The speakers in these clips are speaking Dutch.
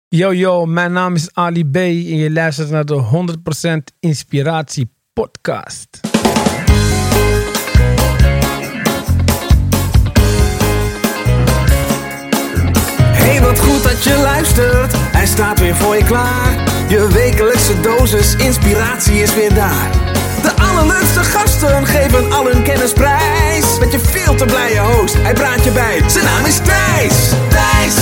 Yo, mijn naam is Ali B. En je luistert naar de 100% Inspiratie Podcast. Hey, wat goed dat je luistert. Hij staat weer voor je klaar. Je wekelijkse dosis inspiratie is weer daar. De allerleukste gasten geven al hun kennis prijs. Met je veel te blije host, hij praat je bij. Zijn naam is Thijs. Thijs.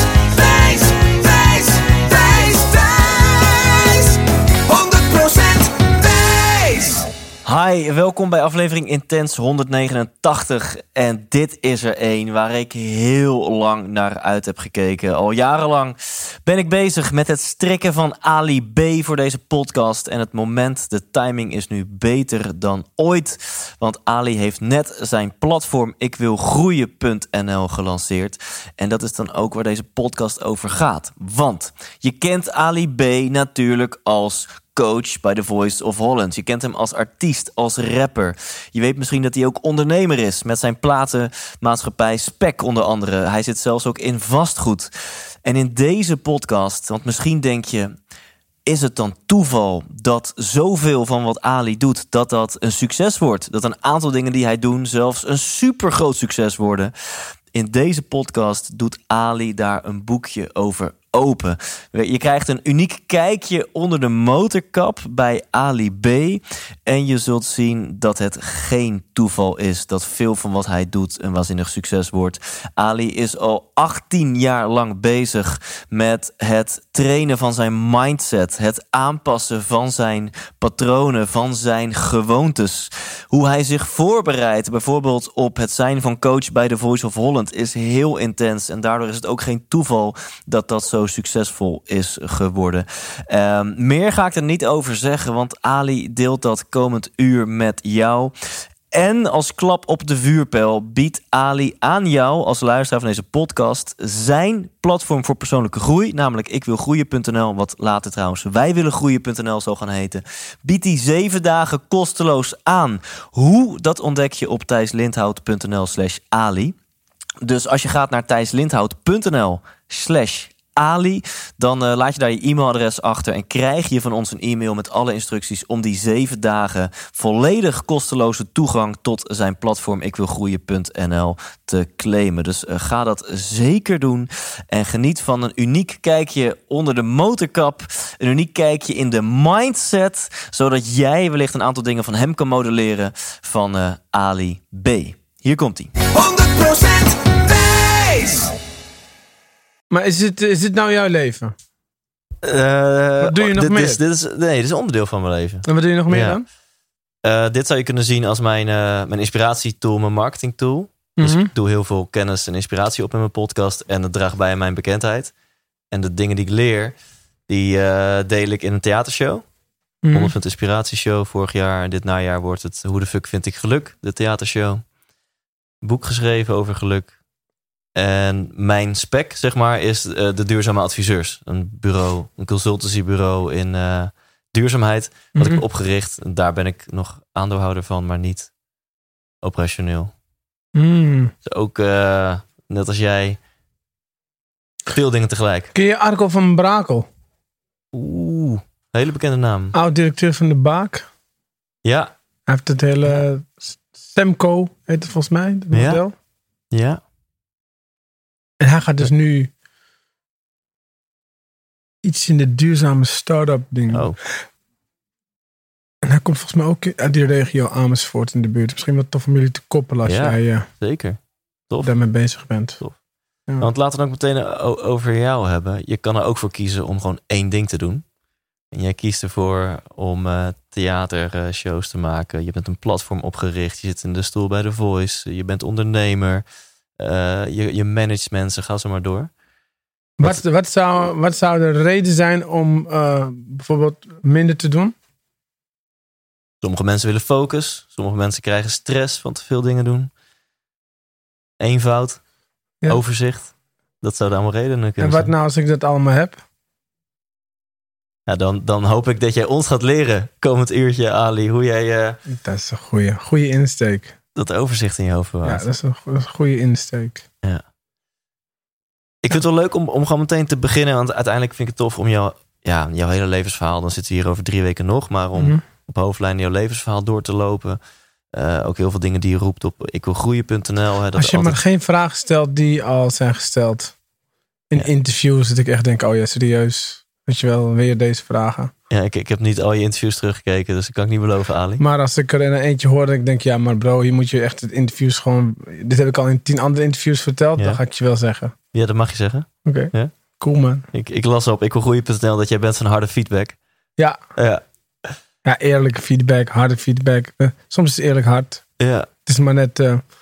100% Thijs. Hi, welkom bij aflevering Intens 189. En dit is er één waar ik heel lang naar uit heb gekeken. Al jarenlang ben ik bezig met het strikken van Ali B voor deze podcast. En het moment, de timing is nu beter dan ooit. Want Ali heeft net zijn platform ikwilgroeien.nl gelanceerd. En dat is dan ook waar deze podcast over gaat. Want je kent Ali B natuurlijk als coach bij The Voice of Holland. Je kent hem als artiest, als rapper. Je weet misschien dat hij ook ondernemer is met zijn platenmaatschappij Spec onder andere. Hij zit zelfs ook in vastgoed. En in deze podcast, want misschien denk je, is het dan toeval dat zoveel van wat Ali doet, dat een succes wordt? Dat een aantal dingen die hij doet zelfs een supergroot succes worden? In deze podcast doet Ali daar een boekje over open. Je krijgt een uniek kijkje onder de motorkap bij Ali B. En je zult zien dat het geen toeval is dat veel van wat hij doet een waanzinnig succes wordt. Ali is al 18 jaar lang bezig met het trainen van zijn mindset. Het aanpassen van zijn patronen, van zijn gewoontes. Hoe hij zich voorbereidt, bijvoorbeeld op het zijn van coach bij The Voice of Holland, is heel intens. En daardoor is het ook geen toeval dat dat zo succesvol is geworden. Meer ga ik er niet over zeggen, want Ali deelt dat komend uur met jou. En als klap op de vuurpijl biedt Ali aan jou als luisteraar van deze podcast zijn platform voor persoonlijke groei, namelijk ikwilgroeien.nl, wat later trouwens wijwillengroeien.nl zal gaan heten, biedt hij 7 dagen kosteloos aan. Hoe? Dat ontdek je op thijslindhout.nl/Ali. Dus als je gaat naar thijslindhout.nl/Ali, dan laat je daar je e-mailadres achter en krijg je van ons een e-mail met alle instructies om die 7 dagen volledig kosteloze toegang tot zijn platform ikwilgroeien.nl te claimen. Dus ga dat zeker doen en geniet van een uniek kijkje onder de motorkap, een uniek kijkje in de mindset, zodat jij wellicht een aantal dingen van hem kan modelleren van Ali B. Hier komt hij. 100% Thijs. Maar is dit nou jouw leven? Wat doe je nog meer? Dit is een onderdeel van mijn leven. En wat doe je nog meer dan? Dit zou je kunnen zien als mijn inspiratietool, mijn marketingtool. Dus ik doe heel veel kennis en inspiratie op in mijn podcast. En dat draagt bij aan mijn bekendheid. En de dingen die ik leer, die deel ik in een theatershow. 100% inspiratieshow. Vorig jaar en dit najaar wordt het Hoe de fuck vind ik geluk? De theatershow. Boek geschreven over geluk. En mijn spec, zeg maar, is de Duurzame Adviseurs. Een bureau, een consultancybureau in duurzaamheid. Wat ik heb opgericht. En daar ben ik nog aandeelhouder van, maar niet operationeel. Dus ook, net als jij, veel dingen tegelijk. Ken je Arco van Brakel? Hele bekende naam. Oud-directeur van de Baak. Ja. Hij heeft het hele Semco, heet het volgens mij, het model. Ja. En hij gaat dus nu iets in de duurzame start-up ding. Oh. En hij komt volgens mij ook uit die regio Amersfoort in de buurt. Misschien wat tof om jullie te koppelen als jij zeker. Tof. daarmee bezig bent. Tof. Ja. Want laten we het ook meteen over jou hebben. Je kan er ook voor kiezen om gewoon 1 ding te doen. En jij kiest ervoor om theatershows te maken. Je bent een platform opgericht. Je zit in de stoel bij The Voice. Je bent ondernemer. Je managt mensen, ga zo maar door. Wat zou de reden zijn om bijvoorbeeld minder te doen? Sommige mensen willen focus. Sommige mensen krijgen stress van te veel dingen doen. Eenvoud. Ja. Overzicht. Dat zouden allemaal redenen kunnen zijn. En wat nou als ik dat allemaal heb? Ja, dan hoop ik dat jij ons gaat leren, komend uurtje, Ali, hoe jij dat is een goede insteek. Dat overzicht in je hoofd bewaart. Ja, dat is een goede insteek. Ja. Ik vind het wel leuk om gewoon meteen te beginnen. Want uiteindelijk vind ik het tof om jouw hele levensverhaal... dan zitten we hier over 3 weken nog... maar om op hoofdlijnen jouw levensverhaal door te lopen. Ook heel veel dingen die je roept op ikwilgroeien.nl. Als je maar geen vragen stelt die al zijn gesteld. In interviews dat ik echt denk... oh ja, serieus. Weet je wel, weer deze vragen. Ja, ik heb niet al je interviews teruggekeken... dus dat kan ik niet beloven, Ali. Maar als ik er in eentje hoor... dan ik denk ja, maar bro, hier moet je echt het interviews gewoon... dit heb ik al in 10 andere interviews verteld. Dan ga ik je wel zeggen. Ja, dat mag je zeggen. Oké. Ja? Cool, man. Ik las op ikwilgroeien.nl dat jij bent van harde feedback. Ja. Ja, eerlijke feedback, harde feedback. Soms is het eerlijk hard. Ja. Het is maar net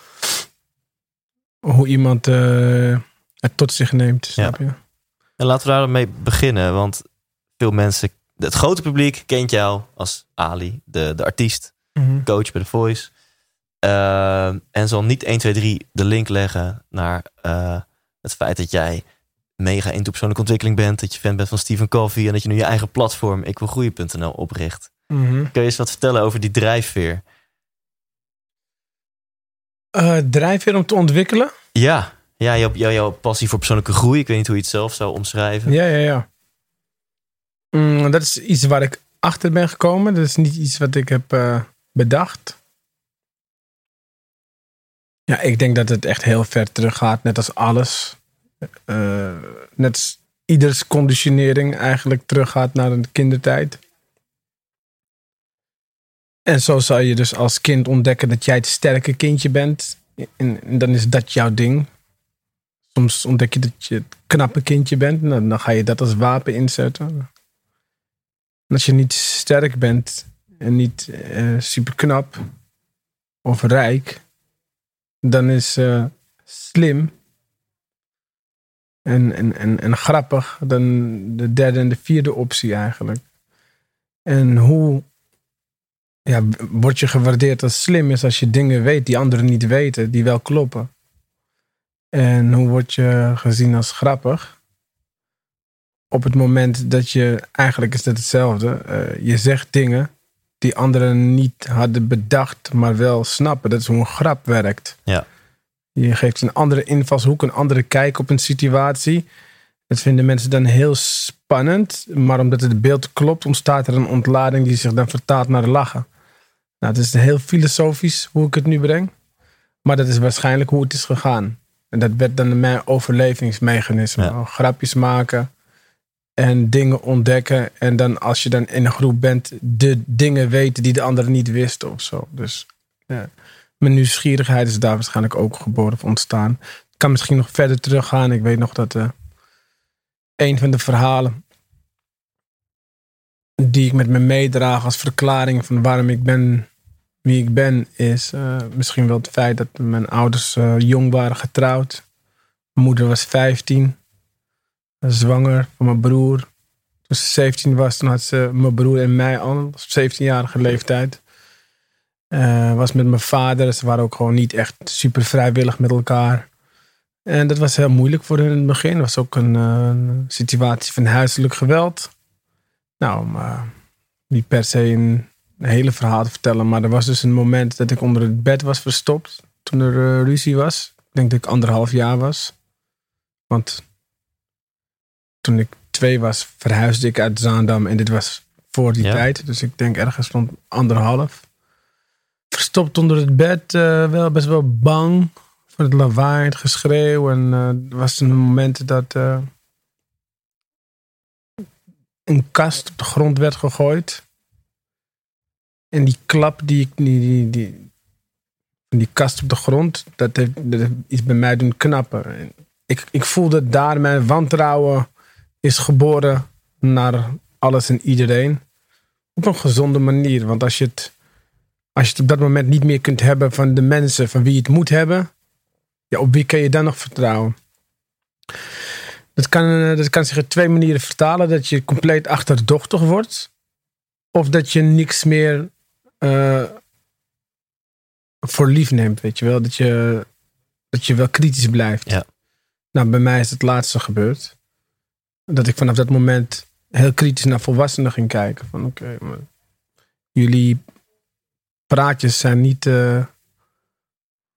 hoe iemand het tot zich neemt, snap je? En laten we daarmee beginnen, want veel mensen... Het grote publiek kent jou als Ali, de artiest, coach bij The Voice. En zal niet 1, 2, 3 de link leggen naar het feit dat jij mega into persoonlijke ontwikkeling bent. Dat je fan bent van Stephen Covey en dat je nu je eigen platform ikwilgroeien.nl opricht. Kun je eens wat vertellen over die drijfveer? Drijfveer om te ontwikkelen? Ja, jouw passie voor persoonlijke groei. Ik weet niet hoe je het zelf zou omschrijven. Ja. Dat is iets waar ik achter ben gekomen. Dat is niet iets wat ik heb bedacht. Ja, ik denk dat het echt heel ver terug gaat. Net als alles. Net als ieders conditionering eigenlijk teruggaat naar een kindertijd. En zo zal je dus als kind ontdekken dat jij het sterke kindje bent. En dan is dat jouw ding. Soms ontdek je dat je het knappe kindje bent. Nou, dan ga je dat als wapen inzetten. En als je niet sterk bent en niet super knap of rijk, dan is slim en grappig dan de derde en de vierde optie eigenlijk. En hoe word je gewaardeerd als slim is als je dingen weet die anderen niet weten, die wel kloppen. En hoe word je gezien als grappig? Op het moment dat je, eigenlijk is dat hetzelfde, je zegt dingen die anderen niet hadden bedacht, maar wel snappen. Dat is hoe een grap werkt. Ja. Je geeft een andere invalshoek, een andere kijk op een situatie. Dat vinden mensen dan heel spannend, maar omdat het beeld klopt, ontstaat er een ontlading die zich dan vertaalt naar lachen. Nou, het is heel filosofisch hoe ik het nu breng, maar dat is waarschijnlijk hoe het is gegaan. En dat werd dan mijn overlevingsmechanisme. Ja. Grapjes maken en dingen ontdekken. En dan als je dan in een groep bent, de dingen weten die de anderen niet wisten of zo. Dus ja, mijn nieuwsgierigheid is daar waarschijnlijk ook geboren of ontstaan. Ik kan misschien nog verder teruggaan. Ik weet nog dat een van de verhalen die ik met me meedraag als verklaring van waarom ik ben wie ik ben, is misschien wel het feit dat mijn ouders jong waren getrouwd. Mijn moeder was 15. Zwanger van mijn broer. Toen ze 17 was, toen had ze mijn broer en mij al op 17-jarige leeftijd. Was met mijn vader. Ze waren ook gewoon niet echt super vrijwillig met elkaar. En dat was heel moeilijk voor hen in het begin. Het was ook een situatie van huiselijk geweld. Nou, niet per se een hele verhaal te vertellen. Maar er was dus een moment dat ik onder het bed was verstopt. Toen er ruzie was. Ik denk dat ik 1,5 jaar was. Want toen ik 2 was, verhuisde ik uit Zaandam. En dit was voor die tijd. Dus ik denk ergens rond 1,5. Verstopt onder het bed. Wel best wel bang. Voor het lawaai, het geschreeuw. En er was een moment dat een kast op de grond werd gegooid. En die klap die kast op de grond, dat heeft iets bij mij doen knappen. Ik voelde daar mijn wantrouwen is geboren naar alles en iedereen. Op een gezonde manier. Want als je het op dat moment niet meer kunt hebben van de mensen van wie je het moet hebben, ja, op wie kan je dan nog vertrouwen? Dat kan zich op 2 manieren vertalen. Dat je compleet achterdochtig wordt. Of dat je niks meer voor lief neemt, weet je wel. Dat je wel kritisch blijft. Ja. Nou, bij mij is het laatste gebeurd. Dat ik vanaf dat moment heel kritisch naar volwassenen ging kijken. Van oké, maar jullie praatjes zijn niet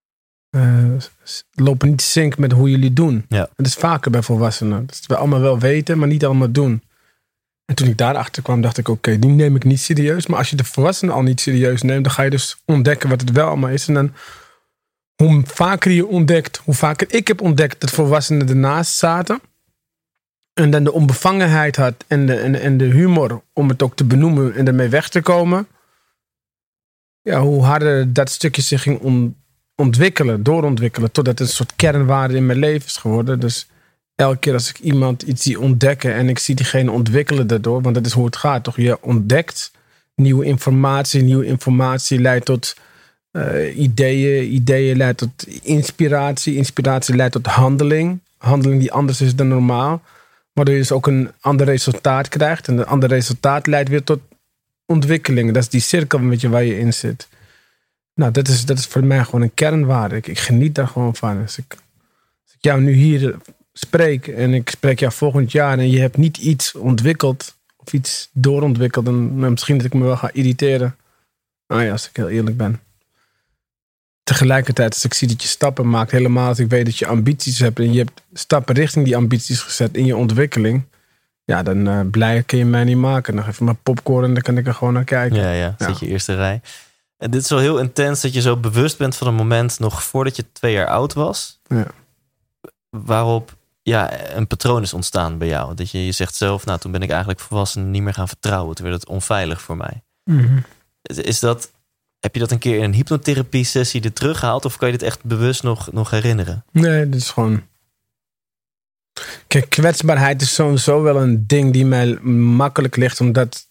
lopen niet sync met hoe jullie doen. Ja. Het is vaker bij volwassenen. Dat we allemaal wel weten, maar niet allemaal doen. En toen ik daarachter kwam, dacht ik, oké, die neem ik niet serieus. Maar als je de volwassenen al niet serieus neemt, dan ga je dus ontdekken wat het wel allemaal is. En dan, hoe vaker je ontdekt, hoe vaker ik heb ontdekt dat volwassenen ernaast zaten. En dan de onbevangenheid had en de humor om het ook te benoemen en ermee weg te komen. Ja, hoe harder dat stukje zich ging doorontwikkelen. Totdat het een soort kernwaarde in mijn leven is geworden. Dus elke keer als ik iemand iets zie ontdekken en ik zie diegene ontwikkelen daardoor. Want dat is hoe het gaat, toch? Je ontdekt nieuwe informatie leidt tot ideeën leidt tot inspiratie leidt tot handeling die anders is dan normaal. Waardoor je dus ook een ander resultaat krijgt. En een ander resultaat leidt weer tot ontwikkeling. Dat is die cirkel waar je in zit. Nou, dat is voor mij gewoon een kernwaarde. Ik geniet daar gewoon van. Als ik jou nu hier spreek en ik spreek jou volgend jaar en je hebt niet iets ontwikkeld of iets doorontwikkeld, dan misschien dat ik me wel ga irriteren. Nou ja, als ik heel eerlijk ben. Tegelijkertijd, als ik zie dat je stappen maakt, helemaal als ik weet dat je ambities hebt en je hebt stappen richting die ambities gezet in je ontwikkeling, ja, dan blij kun je mij niet maken. Dan geef je maar popcorn en dan kan ik er gewoon naar kijken. Ja. Zit je eerste rij. En dit is wel heel intens dat je zo bewust bent van een moment nog voordat je 2 jaar oud was. Ja. Waarop een patroon is ontstaan bij jou. Dat je zegt zelf, nou, toen ben ik eigenlijk volwassen niet meer gaan vertrouwen. Toen werd het onveilig voor mij. Mm-hmm. Heb je dat een keer in een hypnotherapie sessie er teruggehaald? Of kan je dit echt bewust nog herinneren? Nee, dit is gewoon... Kijk, kwetsbaarheid is sowieso wel een ding die mij makkelijk ligt. Omdat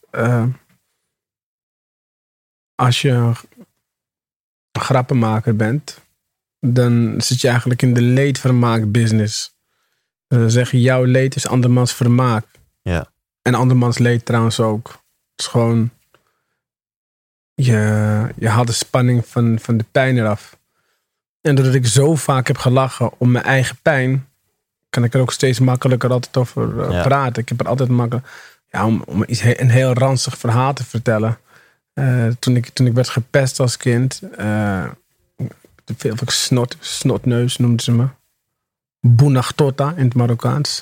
als je een grappenmaker bent, dan zit je eigenlijk in de leedvermaak business. Dan zeg je, jouw leed is andermans vermaak. Ja. En andermans leed trouwens ook. Het is gewoon... Je haalt de spanning van de pijn eraf. En doordat ik zo vaak heb gelachen om mijn eigen pijn, kan ik er ook steeds makkelijker altijd over praten. Ik heb er altijd makkelijk... Ja, om een heel ranzig verhaal te vertellen. Toen ik werd gepest als kind, veel snotneus noemden ze me. Bunachtotta in het Marokkaans.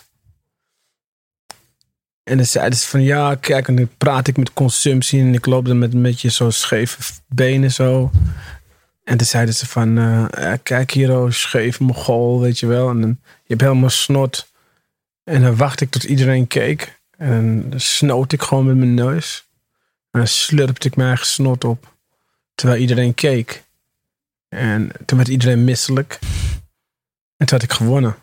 En dan zeiden ze van, ja, kijk, en dan praat ik met consumptie en ik loop dan met een beetje zo scheve benen zo. En dan zeiden ze van, kijk hier, oh, scheef Mongool, weet je wel. En dan, je hebt helemaal snot. En dan wacht ik tot iedereen keek. En dan snoot ik gewoon met mijn neus. En dan slurpte ik mijn eigen snot op. Terwijl iedereen keek. En toen werd iedereen misselijk. En toen had ik gewonnen.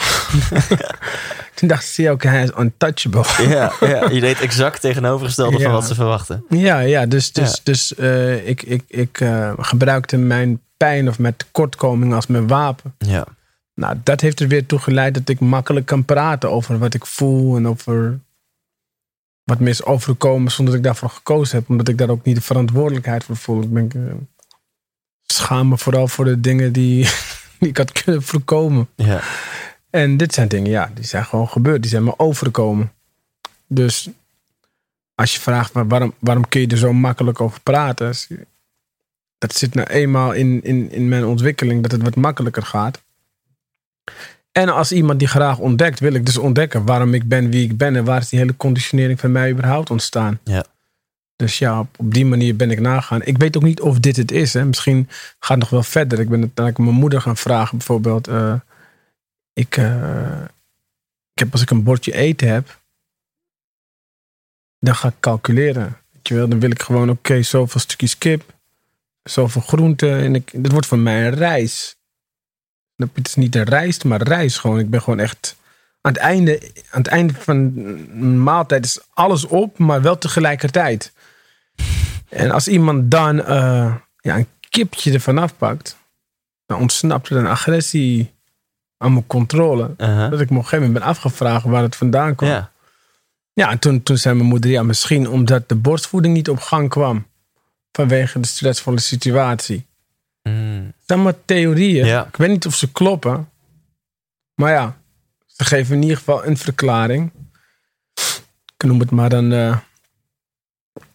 Toen dacht ze, oké, hij is untouchable. Ja, je deed exact tegenovergestelde van wat ze verwachten. Ja, dus ik gebruikte mijn pijn of mijn tekortkoming als mijn wapen. Ja. Nou, dat heeft er weer toe geleid dat ik makkelijk kan praten over wat ik voel en over wat me is overkomen zonder dat ik daarvoor gekozen heb. Omdat ik daar ook niet de verantwoordelijkheid voor voel. Ik schaam me vooral voor de dingen die ik had kunnen voorkomen. Ja. En dit zijn dingen, die zijn gewoon gebeurd. Die zijn me overkomen. Dus als je vraagt, waarom kun je er zo makkelijk over praten? Dat zit nou eenmaal in mijn ontwikkeling, dat het wat makkelijker gaat. En als iemand die graag ontdekt, wil ik dus ontdekken waarom ik ben wie ik ben. En waar is die hele conditionering van mij überhaupt ontstaan. Ja. Dus op die manier ben ik nagaan. Ik weet ook niet of dit het is. Hè. Misschien gaat het nog wel verder. Ik ben uiteindelijk mijn moeder gaan vragen bijvoorbeeld. Ik heb als ik een bordje eten heb, dan ga ik calculeren. Weet je wel, dan wil ik gewoon zoveel stukjes kip, zoveel groenten. En dat wordt voor mij een reis. Het is niet een rijst, maar rijst gewoon. Ik ben gewoon echt aan het einde van een maaltijd is alles op, maar wel tegelijkertijd. En als iemand dan een kipje ervan afpakt, dan ontsnapt er een agressie aan mijn controle. Uh-huh. Dat ik me op een gegeven moment ben afgevraagd waar het vandaan kwam. Ja. Ja, en toen zei mijn moeder, misschien omdat de borstvoeding niet op gang kwam. Vanwege de stressvolle situatie. Dat zijn maar theorieën. Ja. Ik weet niet of ze kloppen. Maar ze geven in ieder geval een verklaring. Ik noem het maar dan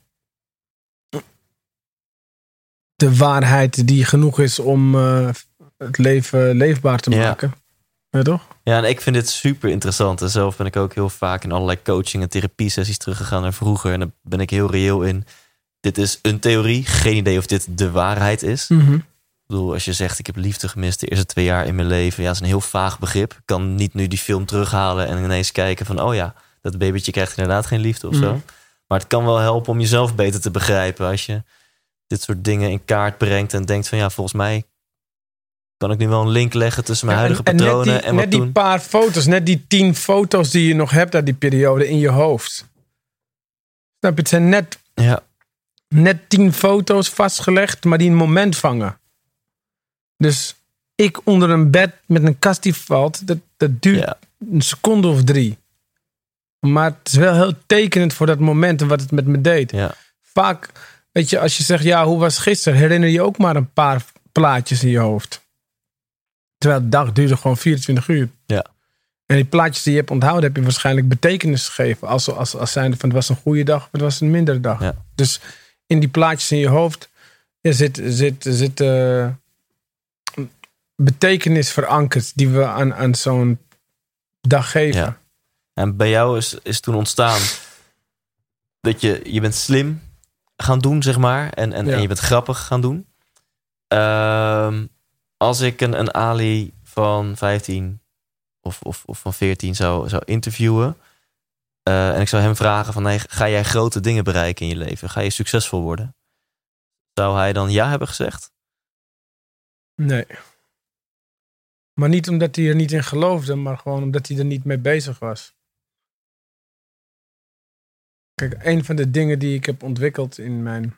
de waarheid die genoeg is om het leven leefbaar te maken. Ja, toch? Ja, en ik vind dit super interessant. En zelf ben ik ook heel vaak in allerlei coaching- en therapie-sessies teruggegaan naar vroeger. En daar ben ik heel reëel in. Dit is een theorie. Geen idee of dit de waarheid is. Mm-hmm. Ik bedoel, als je zegt, ik heb liefde gemist de eerste 2 jaar in mijn leven. Ja, dat is een heel vaag begrip. Ik kan niet nu die film terughalen en ineens kijken van... oh ja, dat babytje krijgt inderdaad geen liefde of zo. Maar het kan wel helpen om jezelf beter te begrijpen... als je dit soort dingen in kaart brengt en denkt van... ja, volgens mij kan ik nu wel een link leggen tussen mijn huidige patronen en wat net die toen... paar foto's, net die 10 foto's die je nog hebt uit die periode in je hoofd. Snap je? Het zijn net 10 foto's vastgelegd, maar die een moment vangen. Dus ik onder een bed met een kast die valt, dat duurt een seconde of 3. Maar het is wel heel tekenend voor dat moment en wat het met me deed. Ja. Vaak, weet je, als je zegt, ja, hoe was gisteren? Herinner je ook maar een paar plaatjes in je hoofd. Terwijl de dag duurde gewoon 24 uur. Ja. En die plaatjes die je hebt onthouden, heb je waarschijnlijk betekenis gegeven. Als zijnde van, het was een goede dag of het was een mindere dag. Ja. Dus in die plaatjes in je hoofd zit betekenis verankerd die we aan zo'n dag geven. Ja. En bij jou is toen ontstaan dat je bent slim gaan doen, zeg maar. En je bent grappig gaan doen. Als ik een Ali van 15 of van 14 zou interviewen... en ik zou hem vragen van... hey, ga jij grote dingen bereiken in je leven? Ga je succesvol worden? Zou hij dan ja hebben gezegd? Nee. Maar niet omdat hij er niet in geloofde... maar gewoon omdat hij er niet mee bezig was. Kijk, een van de dingen die ik heb ontwikkeld in mijn...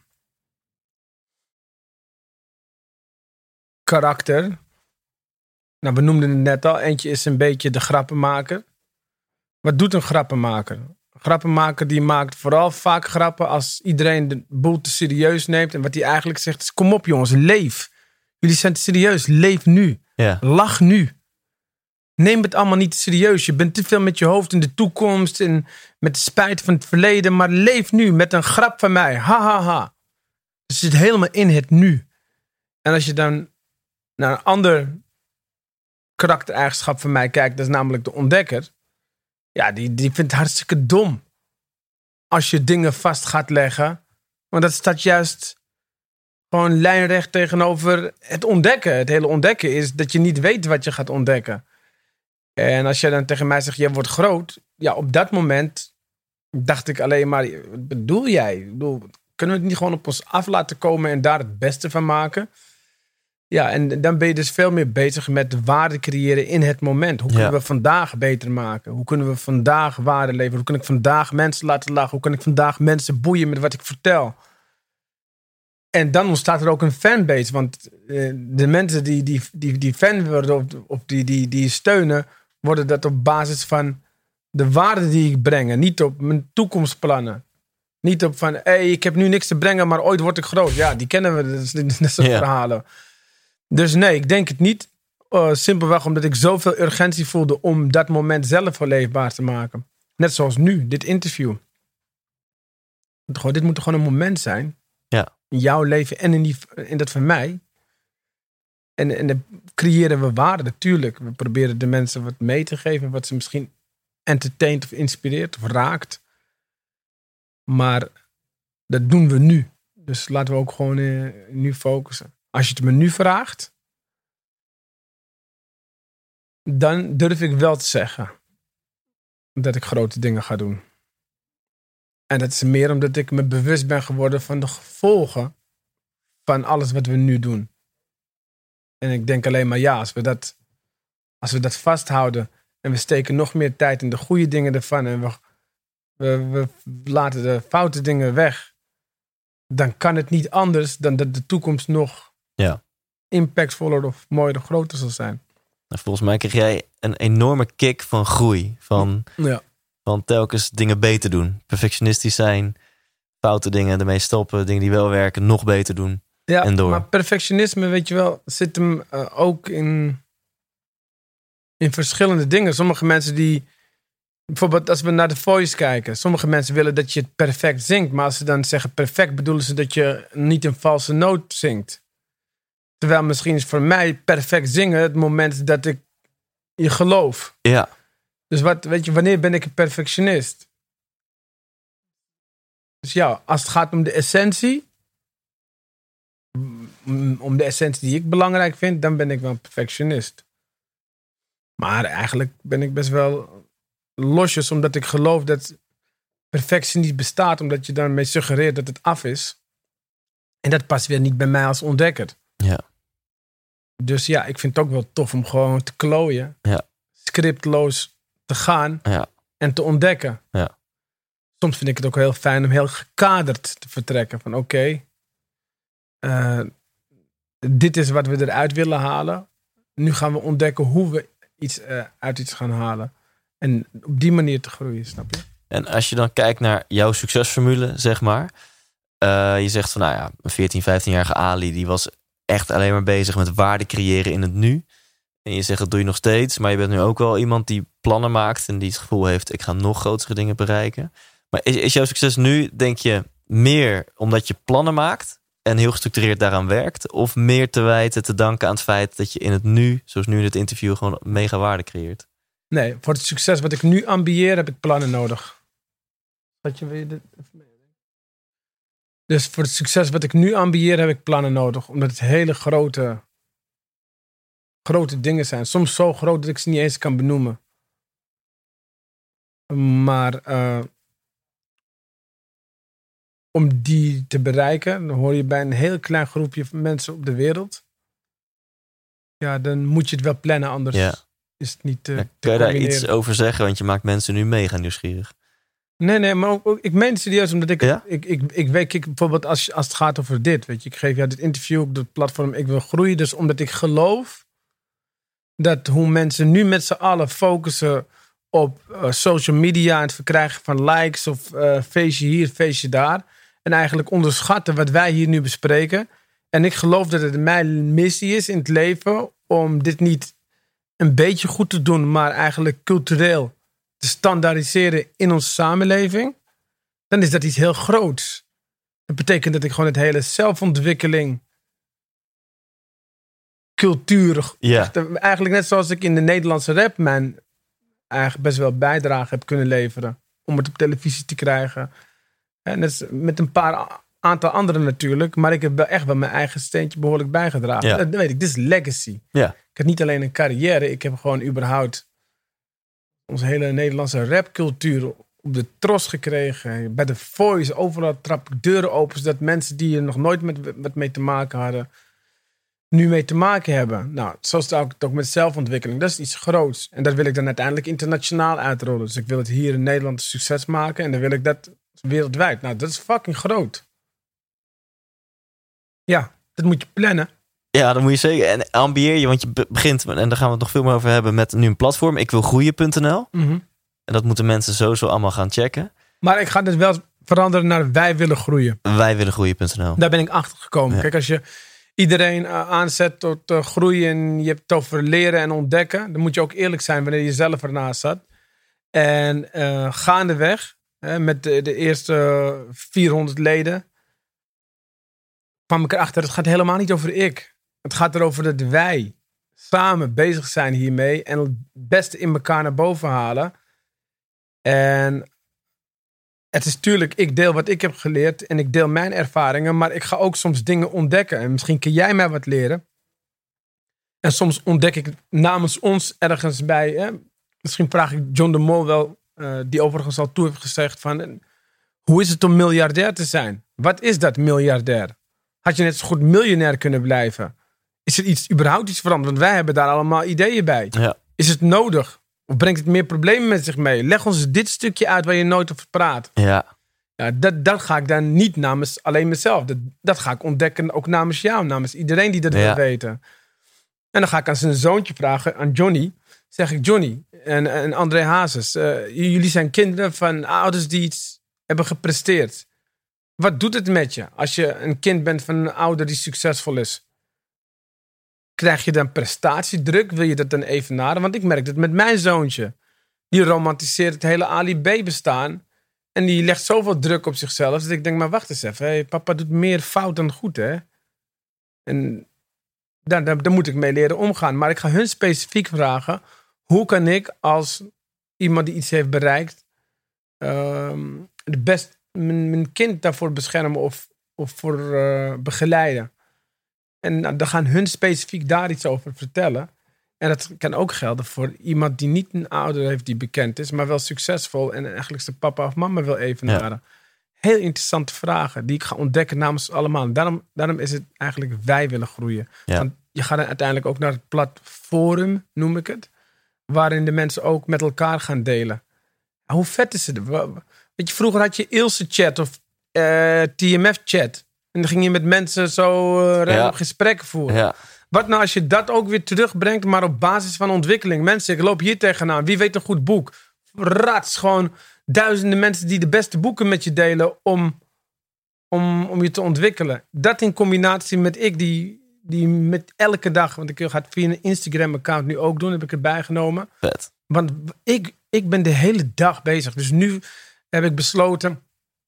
karakter. Nou, we noemden het net al. Eentje is een beetje de grappenmaker. Wat doet een grappenmaker? Een grappenmaker die maakt vooral vaak grappen als iedereen de boel te serieus neemt. En wat hij eigenlijk zegt is, kom op jongens, leef. Jullie zijn te serieus, leef nu. Ja. Lach nu. Neem het allemaal niet te serieus. Je bent te veel met je hoofd in de toekomst en met de spijt van het verleden. Maar leef nu met een grap van mij. Ha, ha, ha. Dus je zit helemaal in het nu. En als je dan naar een ander karaktereigenschap van mij kijkt, dat is namelijk de ontdekker. Ja, die vindt het hartstikke dom als je dingen vast gaat leggen. Want dat staat juist gewoon lijnrecht tegenover het ontdekken. Het hele ontdekken is dat je niet weet wat je gaat ontdekken. En als je dan tegen mij zegt, je wordt groot. Ja, op dat moment dacht ik alleen maar, wat bedoel jij? Kunnen we het niet gewoon op ons af laten komen en daar het beste van maken? Ja, en dan ben je dus veel meer bezig met waarde creëren in het moment. Hoe kunnen we vandaag beter maken? Hoe kunnen we vandaag waarde leveren? Hoe kan ik vandaag mensen laten lachen? Hoe kan ik vandaag mensen boeien met wat ik vertel? En dan ontstaat er ook een fanbase. Want de mensen die fan worden of die steunen, worden dat op basis van de waarde die ik breng. Niet op mijn toekomstplannen. Niet op van, ik heb nu niks te brengen, maar ooit word ik groot. Ja, die kennen we, dat soort verhalen. Dus nee, ik denk het niet. Simpelweg omdat ik zoveel urgentie voelde om dat moment zelf leefbaar te maken. Net zoals nu, dit interview. Dit moet gewoon een moment zijn. Ja. In jouw leven en in dat van mij. En dan creëren we waarde, natuurlijk. We proberen de mensen wat mee te geven, wat ze misschien entertaint of inspireert of raakt. Maar dat doen we nu. Dus laten we ook gewoon nu focussen. Als je het me nu vraagt, dan durf ik wel te zeggen dat ik grote dingen ga doen. En dat is meer omdat ik me bewust ben geworden van de gevolgen van alles wat we nu doen. En ik denk alleen maar als we dat vasthouden en we steken nog meer tijd in de goede dingen ervan en we laten de foute dingen weg, dan kan het niet anders dan dat de toekomst nog impactvoller of mooier of groter zal zijn. Nou, volgens mij kreeg jij een enorme kick van groei. Van telkens dingen beter doen. Perfectionistisch zijn. Foute dingen ermee stoppen. Dingen die wel werken, nog beter doen. Ja, en door. Maar perfectionisme, weet je wel, zit hem ook in verschillende dingen. Sommige mensen die, bijvoorbeeld als we naar The Voice kijken. Sommige mensen willen dat je het perfect zingt. Maar als ze dan zeggen perfect, bedoelen ze dat je niet een valse noot zingt. Terwijl misschien is voor mij perfect zingen het moment dat ik je geloof. Ja. Dus wanneer ben ik een perfectionist? Dus ja, als het gaat om de essentie, om de essentie die ik belangrijk vind, dan ben ik wel een perfectionist. Maar eigenlijk ben ik best wel losjes, omdat ik geloof dat perfectie niet bestaat, omdat je daarmee suggereert dat het af is. En dat past weer niet bij mij als ontdekker. Ja. Dus ja, ik vind het ook wel tof om gewoon te klooien. Ja. Scriptloos te gaan en te ontdekken. Ja. Soms vind ik het ook heel fijn om heel gekaderd te vertrekken. Van oké, dit is wat we eruit willen halen. Nu gaan we ontdekken hoe we uit iets gaan halen. En op die manier te groeien, snap je? En als je dan kijkt naar jouw succesformule, zeg maar. Je zegt van, een 14, 15-jarige Ali, die was echt alleen maar bezig met waarde creëren in het nu. En je zegt, dat doe je nog steeds. Maar je bent nu ook wel iemand die plannen maakt en die het gevoel heeft, ik ga nog grotere dingen bereiken. Maar is jouw succes nu, denk je, meer omdat je plannen maakt en heel gestructureerd daaraan werkt? Of meer te wijten, te danken aan het feit dat je in het nu, zoals nu in het interview, gewoon mega waarde creëert? Nee, voor het succes wat ik nu ambieer, heb ik plannen nodig. Dus voor het succes wat ik nu ambieer, heb ik plannen nodig. Omdat het hele grote dingen zijn. Soms zo groot dat ik ze niet eens kan benoemen. Maar om die te bereiken, dan hoor je bij een heel klein groepje mensen op de wereld. Ja, dan moet je het wel plannen, anders is het niet te Kun je daar iets over zeggen? Want je maakt mensen nu mega nieuwsgierig. Nee, maar ook, ik meen het serieus, omdat ik weet bijvoorbeeld als het gaat over dit, weet je, ik geef jou dit interview op het platform, ik wil groeien, dus omdat ik geloof dat hoe mensen nu met z'n allen focussen op social media en het verkrijgen van likes of feestje hier, feestje daar, en eigenlijk onderschatten wat wij hier nu bespreken. En ik geloof dat het mijn missie is in het leven om dit niet een beetje goed te doen, maar eigenlijk cultureel te standaardiseren in onze samenleving, dan is dat iets heel groots. Dat betekent dat ik gewoon het hele zelfontwikkeling, cultuur, eigenlijk net zoals ik in de Nederlandse rap mijn eigenlijk best wel bijdrage heb kunnen leveren om het op televisie te krijgen. En dat is met een aantal anderen natuurlijk, maar ik heb wel echt wel mijn eigen steentje behoorlijk bijgedragen. Ja. Dat weet ik, dit is legacy. Ja. Ik heb niet alleen een carrière, ik heb gewoon überhaupt onze hele Nederlandse rapcultuur op de tros gekregen. Bij The Voice, overal trap ik deuren open, zodat mensen die er nog nooit met mee te maken hadden, nu mee te maken hebben. Nou, zo sta ik het ook met zelfontwikkeling. Dat is iets groots. En dat wil ik dan uiteindelijk internationaal uitrollen. Dus ik wil het hier in Nederland een succes maken en dan wil ik dat wereldwijd. Nou, dat is fucking groot. Ja, dat moet je plannen. Ja, dat moet je zeker. En ambieer je, want je begint, en daar gaan we het nog veel meer over hebben, met nu een platform, ikwilgroeien.nl. Mm-hmm. En dat moeten mensen sowieso allemaal gaan checken. Maar ik ga dit wel veranderen naar wij willen groeien. Wijwillengroeien.nl. Daar ben ik achter gekomen. Ja. Kijk, als je iedereen aanzet tot groeien en je hebt het over leren en ontdekken, dan moet je ook eerlijk zijn wanneer je zelf ernaast zat. En gaandeweg, met de eerste 400 leden, kwam ik erachter, het gaat helemaal niet over ik. Het gaat erover dat wij samen bezig zijn hiermee en het beste in elkaar naar boven halen. En het is tuurlijk, ik deel wat ik heb geleerd en ik deel mijn ervaringen, maar ik ga ook soms dingen ontdekken. En misschien kun jij mij wat leren. En soms ontdek ik namens ons ergens bij. Hè? Misschien vraag ik John de Mol wel, die overigens al toe heeft gezegd van, hoe is het om miljardair te zijn? Wat is dat, miljardair? Had je net zo goed miljonair kunnen blijven? Is er überhaupt iets veranderd? Want wij hebben daar allemaal ideeën bij. Ja. Is het nodig? Of brengt het meer problemen met zich mee? Leg ons dit stukje uit waar je nooit over praat. Ja. Ja, dat ga ik dan niet namens alleen mezelf. Dat ga ik ontdekken ook namens jou. Namens iedereen die dat wil weten. En dan ga ik aan zijn zoontje vragen, aan Johnny. Zeg ik, Johnny en André Hazes. Jullie zijn kinderen van ouders die iets hebben gepresteerd. Wat doet het met je als je een kind bent van een ouder die succesvol is? Krijg je dan prestatiedruk? Wil je dat dan evenaren? Want ik merk dat met mijn zoontje. Die romantiseert het hele Ali B bestaan. En die legt zoveel druk op zichzelf. Dat ik denk, maar wacht eens even. Hey, papa doet meer fout dan goed, hè? En Daar moet ik mee leren omgaan. Maar ik ga hun specifiek vragen, hoe kan ik als iemand die iets heeft bereikt, mijn kind daarvoor beschermen of voor begeleiden. En dan gaan hun specifiek daar iets over vertellen. En dat kan ook gelden voor iemand die niet een ouder heeft die bekend is, maar wel succesvol en eigenlijk zijn papa of mama wil evenaren. Ja. Heel interessante vragen die ik ga ontdekken namens allemaal. Daarom is het eigenlijk wij willen groeien. Ja. Want je gaat uiteindelijk ook naar het platform, noem ik het, waarin de mensen ook met elkaar gaan delen. Hoe vet is het? Weet je, vroeger had je Ilse chat of TMF chat. En dan ging je met mensen zo random gesprekken voeren. Ja. Wat nou als je dat ook weer terugbrengt, maar op basis van ontwikkeling. Mensen, ik loop hier tegenaan. Wie weet een goed boek? Rats, gewoon duizenden mensen die de beste boeken met je delen om je te ontwikkelen. Dat in combinatie met ik die met elke dag, want ik ga het via een Instagram-account nu ook doen, heb ik erbij genomen. Vet. Want ik ben de hele dag bezig. Dus nu heb ik besloten,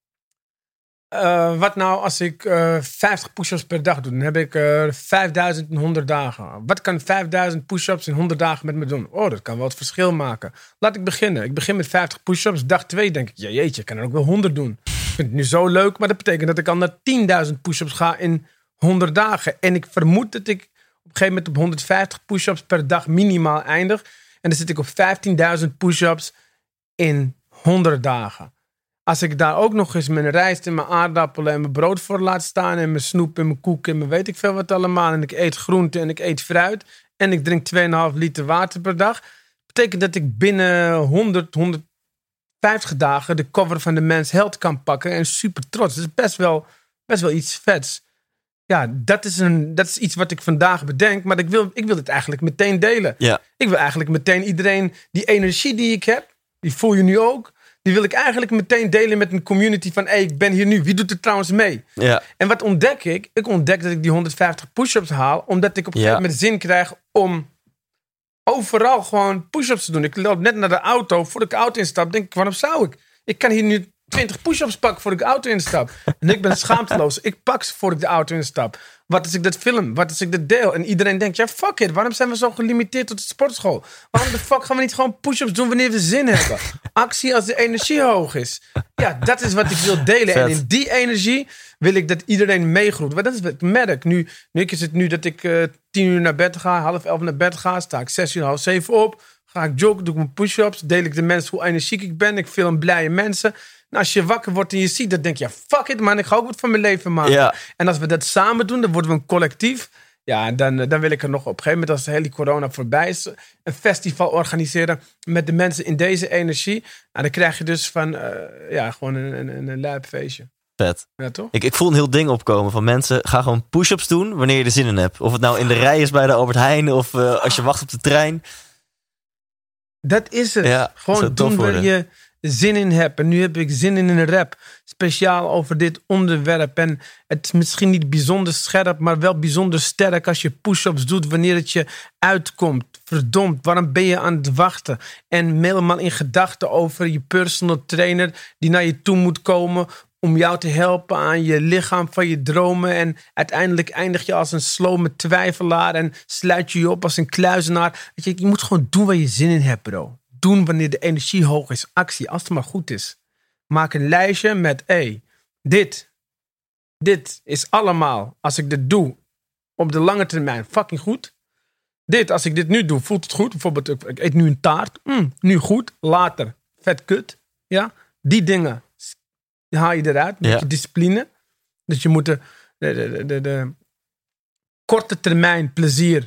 wat nou als ik 50 push-ups per dag doe? Dan heb ik 5000 in 100 dagen. Wat kan 5000 push-ups in 100 dagen met me doen? Oh, dat kan wel het verschil maken. Laat ik beginnen. Ik begin met 50 push-ups. Dag 2 denk ik, jeetje, ik kan er ook wel 100 doen. Ik vind het nu zo leuk, maar dat betekent dat ik al naar 10.000 push-ups ga in 100 dagen. En ik vermoed dat ik op een gegeven moment op 150 push-ups per dag minimaal eindig. En dan zit ik op 15.000 push-ups in 100 dagen. Als ik daar ook nog eens mijn rijst en mijn aardappelen en mijn brood voor laat staan en mijn snoep en mijn koek en mijn weet ik veel wat allemaal. En ik eet groente en ik eet fruit en ik drink 2,5 liter water per dag. Betekent dat ik binnen 150 dagen de cover van de Men's Health kan pakken en super trots. Dat is best wel iets vets. Ja, dat is iets wat ik vandaag bedenk, maar ik wil het eigenlijk meteen delen. Ja. Ik wil eigenlijk meteen iedereen, die energie die ik heb, die voel je nu ook. Die wil ik eigenlijk meteen delen met een community van, ik ben hier nu. Wie doet er trouwens mee? Ja. En wat ontdek ik? Ik ontdek dat ik die 150 push-ups haal, omdat ik op een gegeven moment zin krijg om overal gewoon push-ups te doen. Ik loop net naar de auto. Voordat ik de auto instap, denk ik, waarom zou ik? Ik kan hier nu 20 push-ups pakken voordat ik de auto instap. En ik ben schaamteloos. Ik pak ze voordat ik de auto instap. Wat als ik dat film? Wat als ik dat deel? En iedereen denkt, ja, fuck it. Waarom zijn we zo gelimiteerd tot de sportschool? Waarom de fuck gaan we niet gewoon push-ups doen wanneer we zin hebben? Actie als de energie hoog is. Ja, dat is wat ik wil delen. Vet. En in die energie wil ik dat iedereen meegroeit. Want dat is wat ik merk. Nu is het nu dat ik 10 uur naar bed ga, 10:30 naar bed ga, sta ik 6 uur, 6:30 op. Ga ik joggen, doe ik mijn push-ups, deel ik de mensen hoe energiek ik ben. Ik film blije mensen. En als je wakker wordt en je ziet, dan denk je, ja, fuck it man, ik ga ook wat van mijn leven maken. Ja. En als we dat samen doen, dan worden we een collectief. Ja, dan wil ik er nog op een gegeven moment, als de hele corona voorbij is, een festival organiseren met de mensen in deze energie. Nou, dan krijg je dus van, gewoon een lijp feestje. Vet. Ja, toch? Ik voel een heel ding opkomen van mensen. Ga gewoon push-ups doen wanneer je er zin in hebt. Of het nou in de rij is bij de Albert Heijn of als je wacht op de trein. Dat is het. Ja, gewoon doen waar je zin in hebt. En nu heb ik zin in een rap. Speciaal over dit onderwerp. En het is misschien niet bijzonder scherp, maar wel bijzonder sterk als je push-ups doet wanneer het je uitkomt. Verdomd, waarom ben je aan het wachten? En helemaal in gedachten over je personal trainer die naar je toe moet komen om jou te helpen aan je lichaam van je dromen. En uiteindelijk eindig je als een slome twijfelaar en sluit je op als een kluizenaar. Weet je moet gewoon doen waar je zin in hebt, bro. Doen wanneer de energie hoog is. Actie, als het maar goed is. Maak een lijstje met, dit is allemaal, als ik dit doe, op de lange termijn fucking goed. Als ik dit nu doe, voelt het goed. Bijvoorbeeld, ik eet nu een taart. Nu goed. Later, vet kut. Ja, die dingen haal je eruit. Met je discipline. Dus je moet de korte termijn plezier,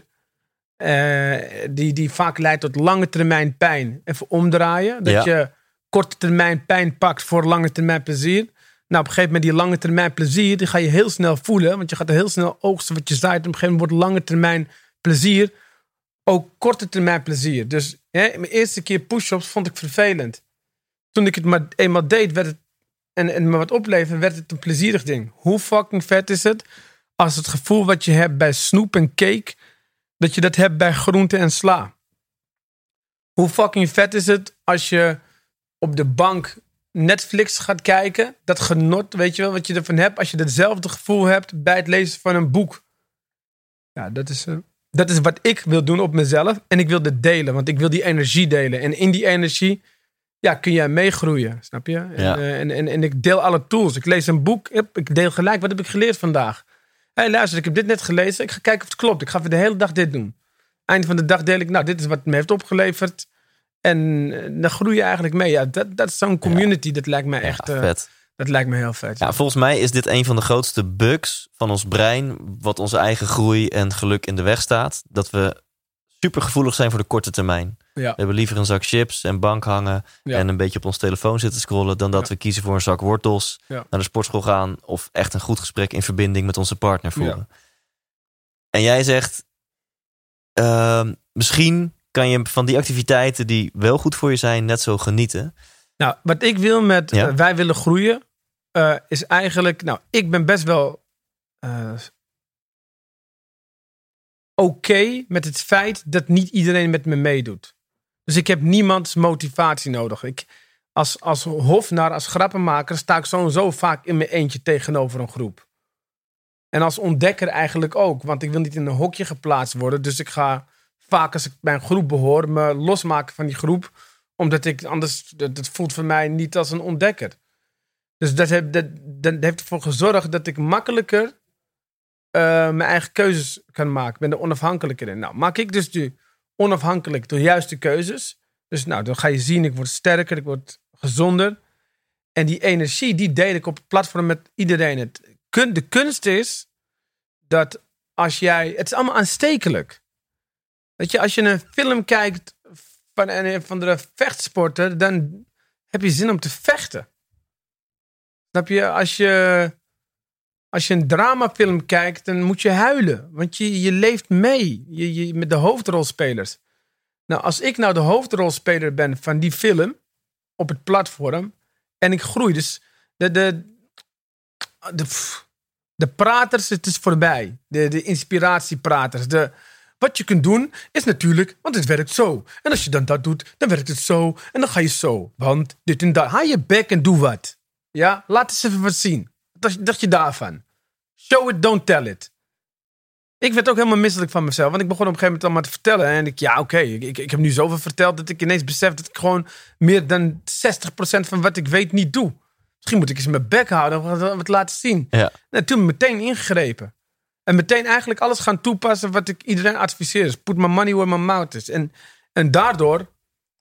die vaak leidt tot lange termijn pijn, even omdraaien. Dat je korte termijn pijn pakt voor lange termijn plezier. Nou, op een gegeven moment die lange termijn plezier, die ga je heel snel voelen. Want je gaat er heel snel oogsten wat je zaait. Op een gegeven moment wordt lange termijn plezier ook korte termijn plezier. Dus mijn eerste keer push-ups vond ik vervelend. Toen ik het maar eenmaal deed, werd het en me wat opleverde, werd het een plezierig ding. Hoe fucking vet is het als het gevoel wat je hebt bij snoep en cake, dat je dat hebt bij groente en sla? Hoe fucking vet is het als je op de bank Netflix gaat kijken, dat genot, weet je wel, wat je ervan hebt, als je hetzelfde gevoel hebt bij het lezen van een boek. Ja, dat is wat ik wil doen op mezelf. En ik wil dit delen, want ik wil die energie delen. En in die energie kun jij meegroeien, snap je? Ja. En ik deel alle tools. Ik lees een boek, ik deel gelijk. Wat heb ik geleerd vandaag? Hé, luister, ik heb dit net gelezen. Ik ga kijken of het klopt. Ik ga voor de hele dag dit doen. Eind van de dag deel ik, dit is wat het me heeft opgeleverd. En dan groei je eigenlijk mee. Ja, dat is zo'n community, dat lijkt me echt... vet. Dat lijkt me heel vet. Ja, volgens mij is dit een van de grootste bugs van ons brein, wat onze eigen groei en geluk in de weg staat. Dat we super gevoelig zijn voor de korte termijn. Ja. We hebben liever een zak chips en bank hangen en een beetje op ons telefoon zitten scrollen, dan dat we kiezen voor een zak wortels, naar de sportschool gaan of echt een goed gesprek in verbinding met onze partner voeren. Ja. En jij zegt, misschien kan je van die activiteiten die wel goed voor je zijn net zo genieten. Nou, wat ik wil met wij willen groeien, is eigenlijk, ik ben best wel oké met het feit dat niet iedereen met me meedoet. Dus ik heb niemands motivatie nodig. Als hofnar, als grappenmaker, sta ik sowieso vaak in mijn eentje tegenover een groep. En als ontdekker eigenlijk ook, want ik wil niet in een hokje geplaatst worden. Dus ik ga vaak, als ik bij een groep behoor, me losmaken van die groep, omdat ik anders, dat voelt voor mij niet als een ontdekker. Dus dat heeft ervoor gezorgd dat ik makkelijker mijn eigen keuzes kan maken. Ik ben er onafhankelijker in. Nou, maak ik dus nu onafhankelijk door juiste keuzes. Dus dan ga je zien, ik word sterker, ik word gezonder. En die energie, die deel ik op het platform met iedereen. De kunst is dat als jij... Het is allemaal aanstekelijk. Weet je, als je een film kijkt van een van de vechtsporten, dan heb je zin om te vechten. Snap je? Als je een dramafilm kijkt, dan moet je huilen. Want je leeft mee met de hoofdrolspelers. Nou, als ik de hoofdrolspeler ben van die film op het platform en ik groei, dus de praters, het is voorbij. De inspiratiepraters. Wat je kunt doen is natuurlijk, want het werkt zo. En als je dan dat doet, dan werkt het zo. En dan ga je zo. Want dit en dat. Haal je bek en doe wat. Ja, laat eens even wat zien. Dacht je daarvan? Show it, don't tell it. Ik werd ook helemaal misselijk van mezelf. Want ik begon op een gegeven moment allemaal te vertellen. En ik heb nu zoveel verteld dat ik ineens besef dat ik gewoon meer dan 60% van wat ik weet niet doe. Misschien moet ik eens mijn bek houden en wat laten zien. Ja. En toen meteen ingegrepen. En meteen eigenlijk alles gaan toepassen wat ik iedereen adviseer. Dus put my money where my mouth is. En daardoor,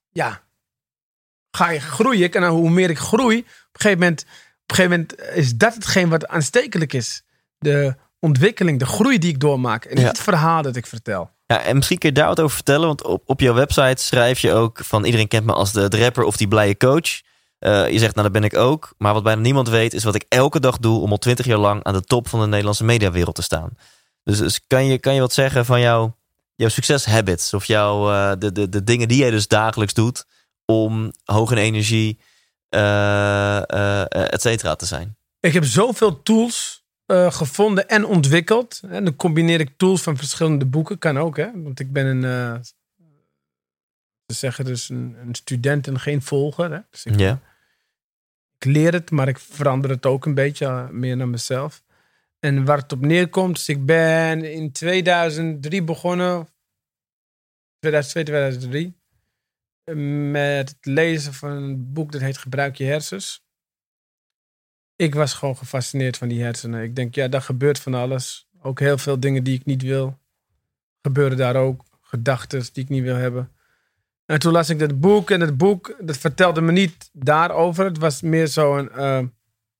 ga je groeien. En hoe meer ik groei, op een gegeven moment is dat hetgeen wat aanstekelijk is. De ontwikkeling, de groei die ik doormaak. En niet het verhaal dat ik vertel. Ja, en misschien kun je daar wat over vertellen. Want op jouw website schrijf je ook van iedereen kent me als de rapper of die blije coach. Je zegt, dat ben ik ook. Maar wat bijna niemand weet, is wat ik elke dag doe om al 20 jaar lang aan de top van de Nederlandse mediawereld te staan. Dus kan je wat zeggen van jouw succeshabits? Of de dingen die jij dus dagelijks doet om hoog in energie, et cetera te zijn? Ik heb zoveel tools gevonden en ontwikkeld. En dan combineer ik tools van verschillende boeken. Kan ook, hè? Want ik ben een student en geen volger. Hè? Dus ik leer het, maar ik verander het ook een beetje meer naar mezelf. En waar het op neerkomt, dus ik ben in 2003 begonnen. 2002, 2003. Met het lezen van een boek dat heet Gebruik je hersens. Ik was gewoon gefascineerd van die hersenen. Ik denk, daar gebeurt van alles. Ook heel veel dingen die ik niet wil. Gebeuren daar ook. Gedachten die ik niet wil hebben. En toen las ik dat boek. En het boek, dat vertelde me niet daarover. Het was meer zo'n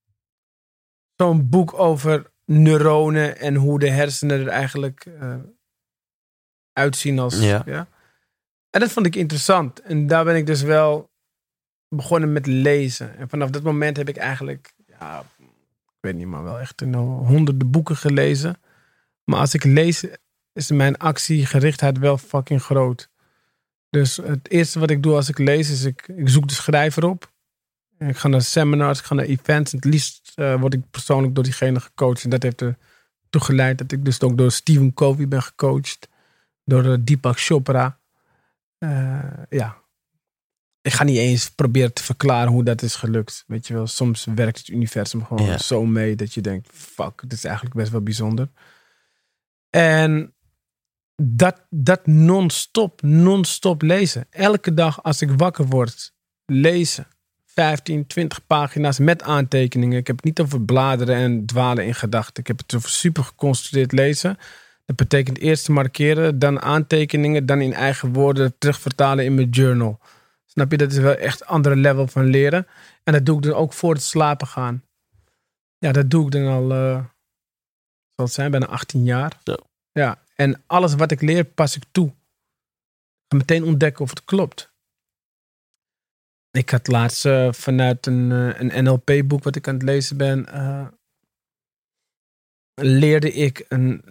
boek over neuronen. En hoe de hersenen er eigenlijk uitzien als... Ja. En dat vond ik interessant. En daar ben ik dus wel begonnen met lezen. En vanaf dat moment heb ik eigenlijk... ik weet niet, maar wel echt honderden boeken gelezen. Maar als ik lees, is mijn actiegerichtheid wel fucking groot. Dus het eerste wat ik doe als ik lees, is ik zoek de schrijver op. Ik ga naar seminars, ik ga naar events. Het liefst word ik persoonlijk door diegene gecoacht. En dat heeft ertoe geleid dat ik dus ook door Stephen Covey ben gecoacht. Door Deepak Chopra. Ik ga niet eens proberen te verklaren hoe dat is gelukt. Weet je wel, soms werkt het universum gewoon zo mee dat je denkt, fuck, dit is eigenlijk best wel bijzonder. En dat non-stop lezen. Elke dag als ik wakker word, lezen. 15, 20 pagina's met aantekeningen. Ik heb het niet over bladeren en dwalen in gedachten. Ik heb het over super geconstrueerd lezen. Dat betekent eerst markeren, dan aantekeningen, dan in eigen woorden terugvertalen in mijn journal. Snap je? Dat is wel echt een andere level van leren. En dat doe ik dan ook voor het slapen gaan. Ja, dat doe ik dan al, zal het zijn, bijna 18 jaar. Zo. Ja, en alles wat ik leer, pas ik toe. Ik ga meteen ontdekken of het klopt. Ik had laatst vanuit een NLP-boek wat ik aan het lezen ben, leerde ik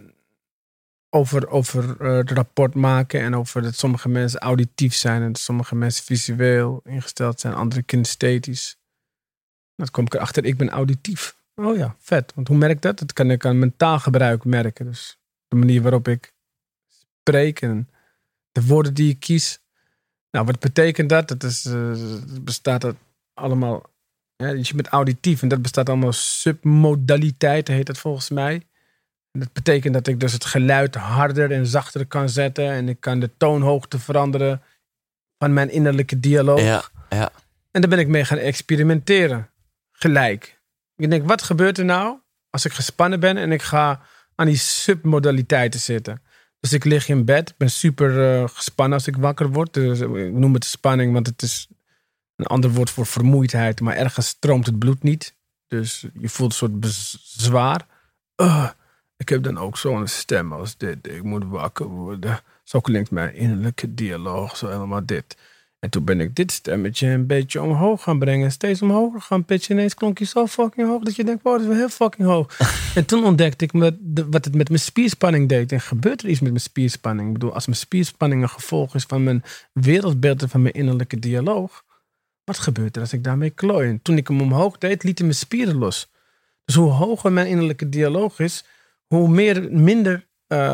over het rapport maken en over dat sommige mensen auditief zijn en dat sommige mensen visueel ingesteld zijn, andere kinesthetisch. Dan kom ik erachter, ik ben auditief. Oh ja, vet. Want hoe merk ik dat? Dat kan ik aan mijn taalgebruik merken. Dus de manier waarop ik spreek en de woorden die ik kies. Nou, wat betekent dat? Dat bestaat uit allemaal. Ja, dus je bent auditief en dat bestaat allemaal submodaliteiten, heet dat volgens mij. En dat betekent dat ik dus het geluid harder en zachter kan zetten en ik kan de toonhoogte veranderen van mijn innerlijke dialoog. Ja. En daar ben ik mee gaan experimenteren. Gelijk. Ik denk, wat gebeurt er nou als ik gespannen ben en ik ga aan die submodaliteiten zitten? Dus ik lig in bed, ben super gespannen als ik wakker word. Dus ik noem het spanning, want het is een ander woord voor vermoeidheid. Maar ergens stroomt het bloed niet. Dus je voelt een soort bezwaar. Ik heb dan ook zo'n stem als dit. Ik moet wakker worden. Zo klinkt mijn innerlijke dialoog, zo helemaal dit. En toen ben ik dit stemmetje een beetje omhoog gaan brengen. Steeds omhoog gaan pitchen. Ineens klonk je zo fucking hoog dat je denkt, wow, dat is wel heel fucking hoog. En toen ontdekte ik wat het met mijn spierspanning deed. En gebeurt er iets met mijn spierspanning? Ik bedoel, als mijn spierspanning een gevolg is van mijn wereldbeeld en van mijn innerlijke dialoog. Wat gebeurt er als ik daarmee klooi? En toen ik hem omhoog deed, lieten mijn spieren los. Dus hoe hoger mijn innerlijke dialoog is, hoe minder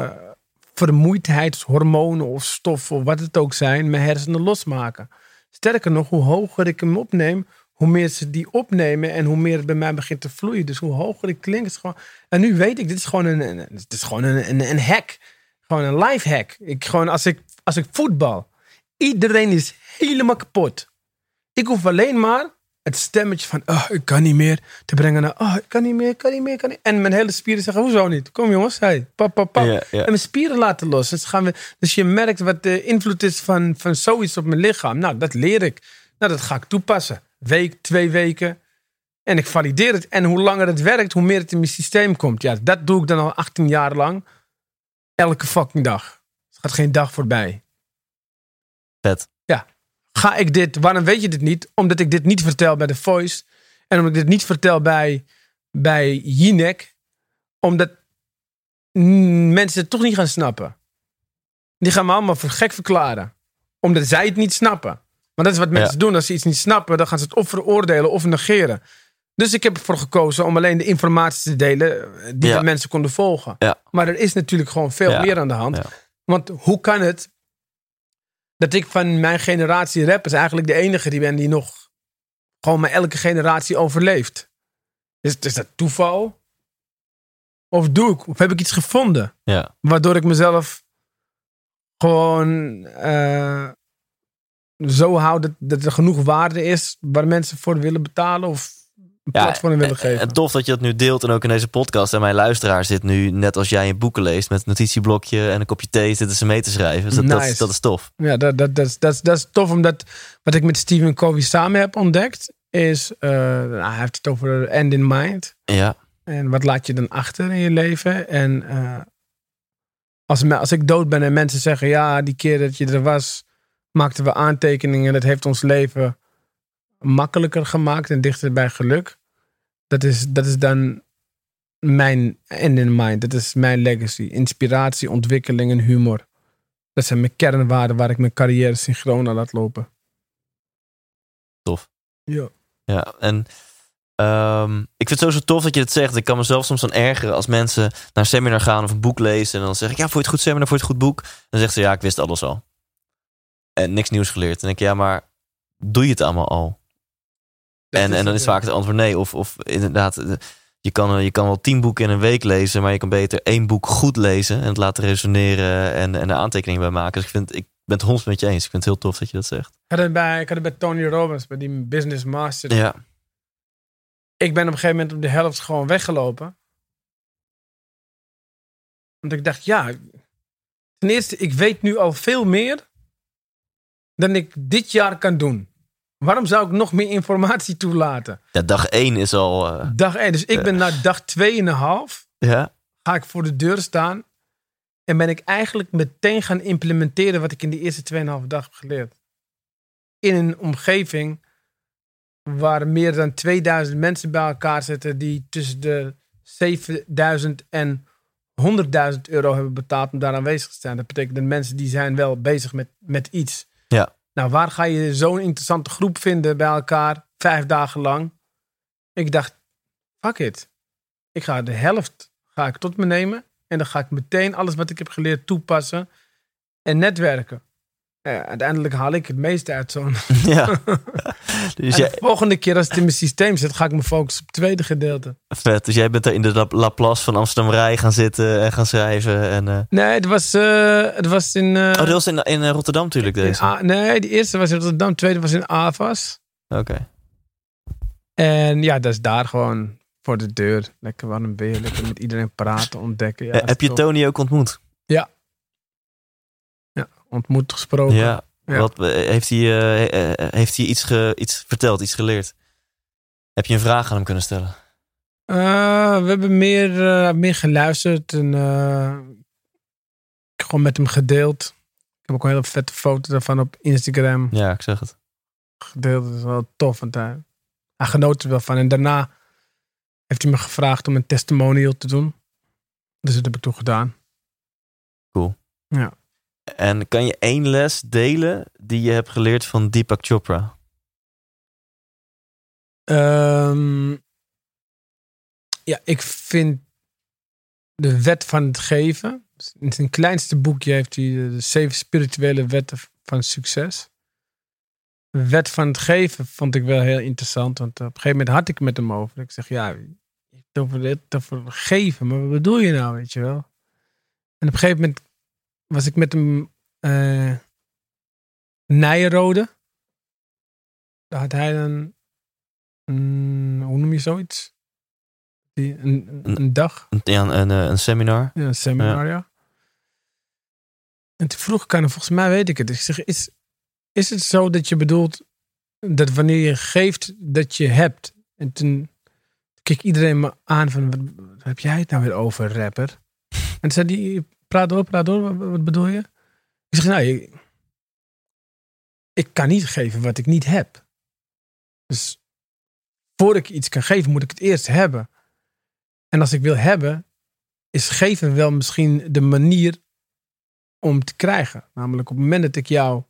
vermoeidheidshormonen of stoffen of wat het ook zijn, mijn hersenen losmaken. Sterker nog, hoe hoger ik hem opneem, hoe meer ze die opnemen en hoe meer het bij mij begint te vloeien. Dus hoe hoger ik klink, is gewoon. En nu weet ik, dit is gewoon een hack. Gewoon een life hack. Als ik voetbal, iedereen is helemaal kapot. Ik hoef alleen maar het stemmetje van, ik kan niet meer, te brengen naar, ik kan niet meer. En mijn hele spieren zeggen, hoezo niet? Kom jongens, hey, pap. Ja. En mijn spieren laten los. Dus je merkt wat de invloed is van zoiets op mijn lichaam. Nou, dat leer ik. Nou, dat ga ik toepassen. Week, 2 weken. En ik valideer het. En hoe langer het werkt, hoe meer het in mijn systeem komt. Ja, dat doe ik dan al 18 jaar lang. Elke fucking dag. Er gaat geen dag voorbij. Vet. Ja. Ga ik dit, waarom weet je dit niet? Omdat ik dit niet vertel bij The Voice. En omdat ik dit niet vertel bij Jinek. Omdat mensen het toch niet gaan snappen. Die gaan me allemaal voor gek verklaren. Omdat zij het niet snappen. Maar dat is wat mensen doen. Als ze iets niet snappen, dan gaan ze het of veroordelen of negeren. Dus ik heb ervoor gekozen om alleen de informatie te delen die de mensen konden volgen. Ja. Maar er is natuurlijk gewoon veel meer aan de hand. Ja. Want hoe kan het dat ik van mijn generatie rappers eigenlijk de enige die ben die nog gewoon maar elke generatie overleeft? Is dat toeval? Of heb ik iets gevonden? Ja. Waardoor ik mezelf gewoon zo hou dat er genoeg waarde is waar mensen voor willen betalen of een platform willen geven. En tof dat je dat nu deelt en ook in deze podcast. En mijn luisteraar zit nu, net als jij in boeken leest, met een notitieblokje en een kopje thee zitten ze mee te schrijven. Dus dat is tof. Ja, dat is tof, omdat wat ik met Stephen Covey samen heb ontdekt is, hij heeft het over end in mind. Ja. En wat laat je dan achter in je leven? En als ik dood ben en mensen zeggen, ja, die keer dat je er was, maakten we aantekeningen en dat heeft ons leven makkelijker gemaakt en dichter bij geluk. Dat is dan mijn end in mind. Dat is mijn legacy. Inspiratie, ontwikkeling en humor. Dat zijn mijn kernwaarden waar ik mijn carrière synchroon aan laat lopen. Tof. Ja, en ik vind het sowieso tof dat je het zegt. Ik kan mezelf soms dan ergeren als mensen naar een seminar gaan of een boek lezen en dan zeg ik, ja, vond je het goed seminar, vond je het goed boek? Dan zegt ze, ja, ik wist alles al. En niks nieuws geleerd. En dan denk ik, ja, maar doe je het allemaal al? En dan is vaak het antwoord nee. Of inderdaad, Je kan wel 10 boeken in een week lezen, maar je kan beter 1 boek goed lezen en het laten resoneren en er aantekeningen bij maken. Dus ik ben het 100% met je eens. Ik vind het heel tof dat je dat zegt. Ik had het bij Tony Robbins, bij die Business Master. Ja. Ik ben op een gegeven moment op de helft gewoon weggelopen. Want ik dacht, ja, ten eerste, ik weet nu al veel meer dan ik dit jaar kan doen. Waarom zou ik nog meer informatie toelaten? Ja, dag 1 is al... Dag 1, dus ik ben na dag 2,5 ga ik voor de deur staan en ben ik eigenlijk meteen gaan implementeren wat ik in de eerste 2,5 dag heb geleerd. In een omgeving waar meer dan 2000 mensen bij elkaar zitten die tussen de 7000 en 100.000 euro hebben betaald om daar aanwezig te zijn. Dat betekent dat mensen die zijn wel bezig met iets. Ja. Nou, waar ga je zo'n interessante groep vinden bij elkaar 5 dagen lang? Ik dacht, fuck it. Ik ga de helft tot me nemen en dan ga ik meteen alles wat ik heb geleerd toepassen en netwerken. Uiteindelijk haal ik het meeste uit zo'n... Ja. Dus de volgende keer als het in mijn systeem zit, ga ik me focussen op het tweede gedeelte. Vet, dus jij bent daar in de Laplace van Amsterdam Rij gaan zitten en gaan schrijven? En, Nee, het was in... dat was in Rotterdam natuurlijk deze? Nee, de eerste was in Rotterdam, de tweede was in Avas. Oké. En ja, dat is daar gewoon voor de deur. Lekker warm weer, lekker met iedereen praten, ontdekken. Ja, heb je Tony ook ontmoet? Ja. Ja, ontmoet, gesproken. Ja. Wat, heeft hij iets verteld, iets geleerd? Heb je een vraag aan hem kunnen stellen? We hebben meer geluisterd en gewoon met hem gedeeld. Ik heb ook een hele vette foto daarvan op Instagram. Ja, ik zeg het. Gedeeld, dat is wel tof. Want hij genoot er wel van. En daarna heeft hij me gevraagd om een testimonial te doen. Dus dat heb ik toen gedaan. Cool. Ja. En kan je 1 les delen die je hebt geleerd van Deepak Chopra? Ja, ik vind de wet van het geven. In zijn kleinste boekje heeft hij de 7 spirituele wetten van succes. De wet van het geven vond ik wel heel interessant. Want op een gegeven moment had ik met hem over. Ik zeg, ja, je hebt over geven. Maar wat bedoel je nou, weet je wel? En op een gegeven moment was ik met hem Nijrode. Daar had hij dan hoe noem je zoiets? Een dag. Een seminar. Ja, een seminar, ja. En toen vroeg ik aan hem, volgens mij weet ik het. Ik zeg, is het zo dat je bedoelt dat wanneer je geeft, dat je hebt? En toen keek iedereen me aan van, wat heb jij het nou weer over, rapper? En toen zei hij, praat door, wat bedoel je? Ik zeg, nou, ik kan niet geven wat ik niet heb. Dus voor ik iets kan geven, moet ik het eerst hebben. En als ik wil hebben, is geven wel misschien de manier om te krijgen. Namelijk op het moment dat ik jou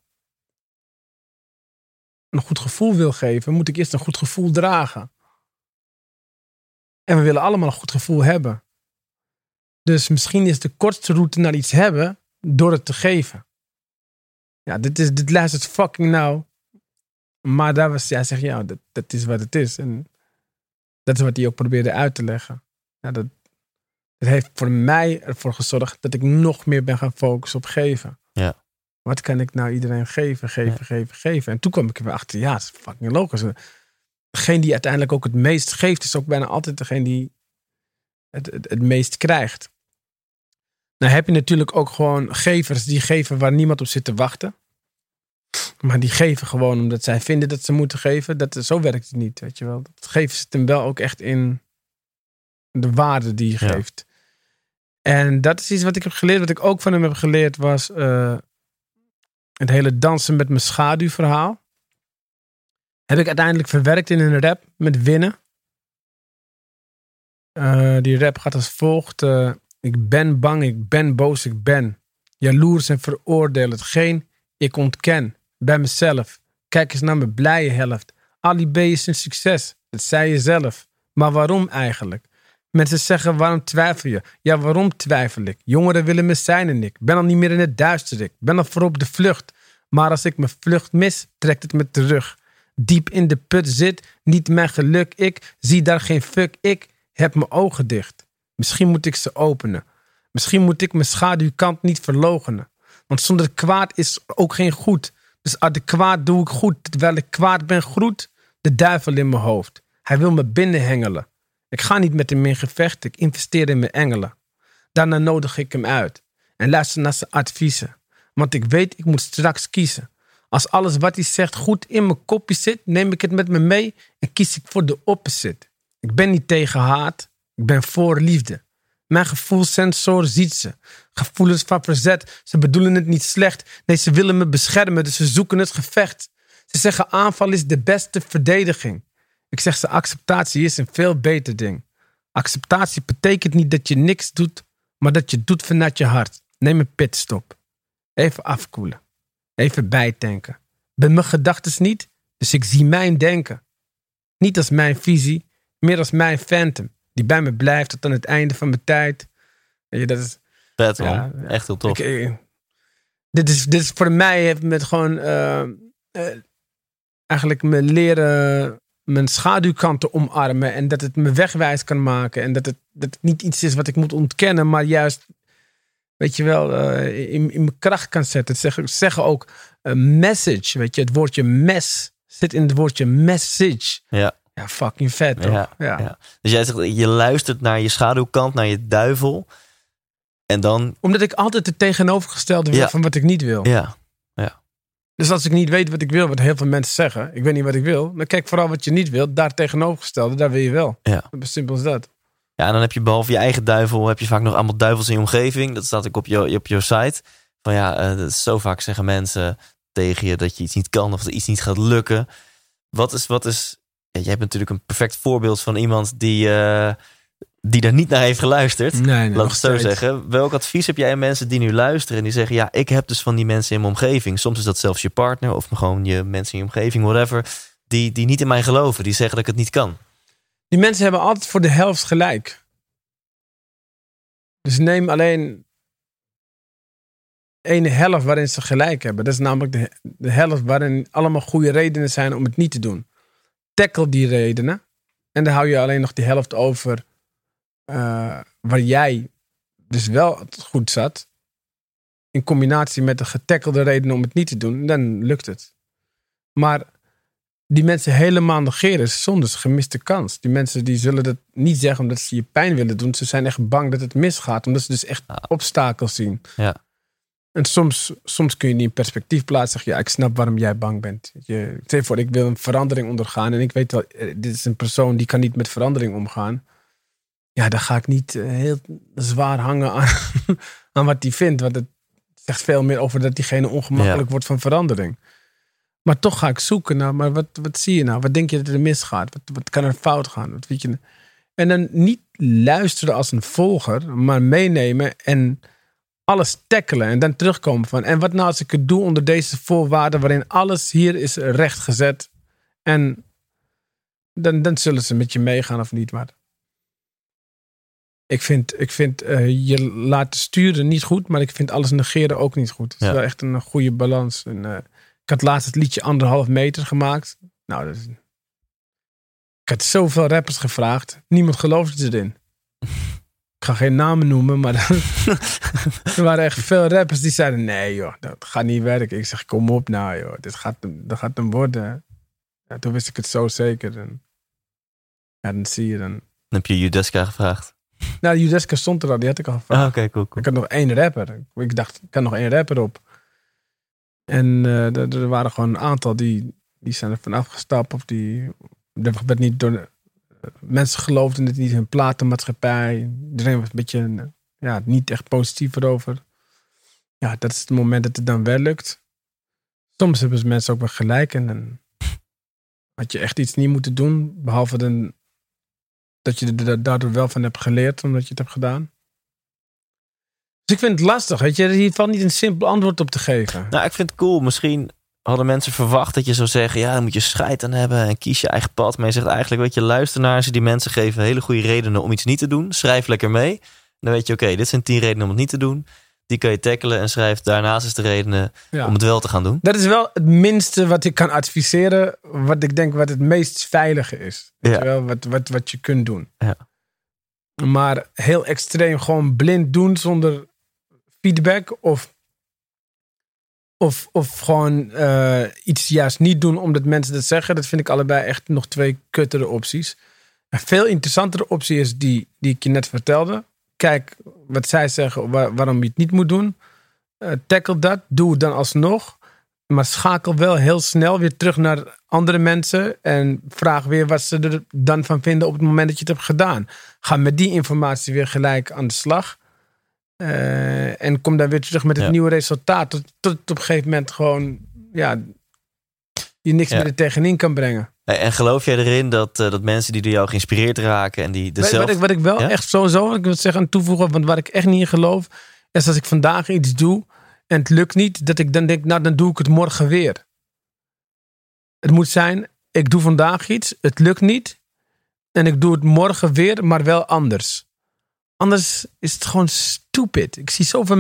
een goed gevoel wil geven, moet ik eerst een goed gevoel dragen. En we willen allemaal een goed gevoel hebben. Dus misschien is de kortste route naar iets hebben door het te geven. Ja, dit luistert fucking nauw. Maar daar was, ja, zeg je, ja, dat is wat het is. En dat is wat hij ook probeerde uit te leggen. Ja, dat heeft voor mij ervoor gezorgd dat ik nog meer ben gaan focussen op geven. Ja. Wat kan ik nou iedereen geven? En toen kwam ik er weer achter, ja, dat is fucking logisch. Degene die uiteindelijk ook het meest geeft, is ook bijna altijd degene die het meest krijgt. Nou heb je natuurlijk ook gewoon gevers die geven waar niemand op zit te wachten. Maar die geven gewoon omdat zij vinden dat ze moeten geven. Zo werkt het niet, weet je wel. Dat geven zit hem wel ook echt in de waarde die je geeft. En dat is iets wat ik heb geleerd. Wat ik ook van hem heb geleerd was het hele dansen met mijn schaduwverhaal. Heb ik uiteindelijk verwerkt in een rap met Winnen. Die rap gaat als volgt. Ik ben bang, ik ben boos, ik ben jaloers en veroordeel hetgeen ik ontken bij mezelf. Kijk eens naar mijn blije helft. Ali B is een succes, dat zei je zelf. Maar waarom eigenlijk? Mensen zeggen, waarom twijfel je? Ja, waarom twijfel ik? Jongeren willen me zijn en ik ben al niet meer in het duister. Ik ben al voor op de vlucht. Maar als ik mijn vlucht mis, trekt het me terug. Diep in de put zit, niet mijn geluk. Ik zie daar geen fuck. Ik heb mijn ogen dicht. Misschien moet ik ze openen. Misschien moet ik mijn schaduwkant niet verloochenen. Want zonder kwaad is ook geen goed. Dus adequaat doe ik goed. Terwijl ik kwaad ben, groet de duivel in mijn hoofd. Hij wil me binnenhengelen. Ik ga niet met hem in gevecht. Ik investeer in mijn engelen. Daarna nodig ik hem uit. En luister naar zijn adviezen. Want ik weet, ik moet straks kiezen. Als alles wat hij zegt goed in mijn kopje zit, neem ik het met me mee en kies ik voor de opposite. Ik ben niet tegen haat. Ik ben voor liefde. Mijn gevoelssensor ziet ze. Gevoelens van verzet. Ze bedoelen het niet slecht. Nee, ze willen me beschermen, dus ze zoeken het gevecht. Ze zeggen aanval is de beste verdediging. Ik zeg ze acceptatie is een veel beter ding. Acceptatie betekent niet dat je niks doet, maar dat je doet vanuit je hart. Neem een pitstop. Even afkoelen. Even bijtanken. Ben mijn gedachten niet, dus ik zie mijn denken. Niet als mijn visie, meer als mijn phantom. Die bij me blijft tot aan het einde van mijn tijd. Weet je, dat is... Vet, man. Ja, echt heel tof. Dit is voor mij met gewoon... eigenlijk me leren mijn schaduwkanten omarmen. En dat het me wegwijs kan maken. En dat het niet iets is wat ik moet ontkennen. Maar juist, weet je wel, in mijn kracht kan zetten. Zeggen ook message. Weet je, het woordje mes zit in het woordje message. Ja. Ja, fucking vet toch? Ja. Dus jij zegt, je luistert naar je schaduwkant, naar je duivel. En dan... Omdat ik altijd het tegenovergestelde wil van wat ik niet wil. Ja. Dus als ik niet weet wat ik wil, wat heel veel mensen zeggen, ik weet niet wat ik wil, dan kijk vooral wat je niet wilt, daar tegenovergestelde, daar wil je wel. Ja. Simpel als dat. Ja, en dan heb je behalve je eigen duivel, heb je vaak nog allemaal duivels in je omgeving. Dat staat ook op je site. Van ja, dat is zo vaak zeggen mensen tegen je dat je iets niet kan of dat iets niet gaat lukken. Wat is jij hebt natuurlijk een perfect voorbeeld van iemand die daar niet naar heeft geluisterd. Nee, laat ik het zo zeggen. Welk advies heb jij aan mensen die nu luisteren en die zeggen, ja, ik heb dus van die mensen in mijn omgeving. Soms is dat zelfs je partner of gewoon je mensen in je omgeving, whatever. Die niet in mij geloven. Die zeggen dat ik het niet kan. Die mensen hebben altijd voor de helft gelijk. Dus neem alleen ene helft waarin ze gelijk hebben. Dat is namelijk de helft waarin allemaal goede redenen zijn om het niet te doen. Tackle die redenen. En dan hou je alleen nog die helft over waar jij dus wel goed zat. In combinatie met de getackelde redenen om het niet te doen. Dan lukt het. Maar die mensen helemaal negeren is zonder gemiste kans. Die mensen die zullen dat niet zeggen omdat ze je pijn willen doen. Ze zijn echt bang dat het misgaat. Omdat ze dus echt obstakels zien. Ja. En soms kun je die in perspectief plaatsen. Zeg, ja, ik snap waarom jij bang bent. Stel voor, ik wil een verandering ondergaan. En ik weet wel, dit is een persoon die kan niet met verandering omgaan. Ja, dan ga ik niet heel zwaar hangen aan wat die vindt. Want het zegt veel meer over dat diegene ongemakkelijk wordt van verandering. Maar toch ga ik zoeken naar, maar wat zie je nou? Wat denk je dat er misgaat? Wat kan er fout gaan? Wat weet je? En dan niet luisteren als een volger, maar meenemen en alles tackelen en dan terugkomen van. En wat nou als ik het doe onder deze voorwaarden waarin alles hier is rechtgezet en dan zullen ze met je meegaan of niet. Maar ik vind je laten sturen niet goed, maar ik vind alles negeren ook niet goed. Het is wel echt een goede balans. En, ik had laatst het liedje 1,5 meter gemaakt. Nou, ik had zoveel rappers gevraagd. Niemand geloofde erin. Ik ga geen namen noemen, maar er waren echt veel rappers die zeiden, nee joh, dat gaat niet werken. Ik zeg, kom op nou joh, dat gaat hem worden. Ja, toen wist ik het zo zeker. En, ja, dan zie je dan. Dan heb je Judeska gevraagd. Nou, Judeska stond er al, die had ik al gevraagd. Oké, cool. Ik had nog 1 rapper. Ik dacht, ik kan nog 1 rapper op. En er waren gewoon een aantal die zijn er vanaf gestapt. Of er werd niet door mensen geloofden het niet, hun platenmaatschappij. Iedereen was een beetje niet echt positief erover. Ja, dat is het moment dat het dan wel lukt. Soms hebben ze mensen ook wel gelijk. En dan had je echt iets niet moeten doen. Behalve dan dat je er daardoor wel van hebt geleerd, omdat je het hebt gedaan. Dus ik vind het lastig, weet je. Hier valt niet een simpel antwoord op te geven. Nou, ik vind het cool. Misschien hadden mensen verwacht dat je zou zeggen, ja, dan moet je scheid aan hebben en kies je eigen pad. Maar je zegt eigenlijk, weet je, luister naar ze. Die mensen geven hele goede redenen om iets niet te doen. Schrijf lekker mee. Dan weet je, oké, dit zijn 10 redenen om het niet te doen. Die kan je tackelen en schrijf daarnaast eens de redenen om het wel te gaan doen. Dat is wel het minste wat ik kan adviseren. Wat ik denk wat het meest veilige is. Weet je wel, wat je kunt doen. Ja. Maar heel extreem gewoon blind doen zonder feedback. Of gewoon iets juist niet doen omdat mensen dat zeggen. Dat vind ik allebei echt nog 2 kuttere opties. Een veel interessantere optie is die ik je net vertelde. Kijk wat zij zeggen waarom je het niet moet doen. Tackle dat. Doe het dan alsnog. Maar schakel wel heel snel weer terug naar andere mensen. En vraag weer wat ze er dan van vinden op het moment dat je het hebt gedaan. Ga met die informatie weer gelijk aan de slag. En kom dan weer terug met het nieuwe resultaat. Tot op een gegeven moment gewoon je niks meer er tegenin kan brengen. En geloof jij erin dat mensen die door jou geïnspireerd raken en die dezelfde... Wat ik wel echt sowieso, ik wil zeggen aan toevoegen, want waar ik echt niet in geloof, is als ik vandaag iets doe en het lukt niet, dat ik dan denk, nou dan doe ik het morgen weer. Het moet zijn, ik doe vandaag iets, het lukt niet en ik doe het morgen weer, maar wel anders. Anders is het gewoon stupid. Ik zie zoveel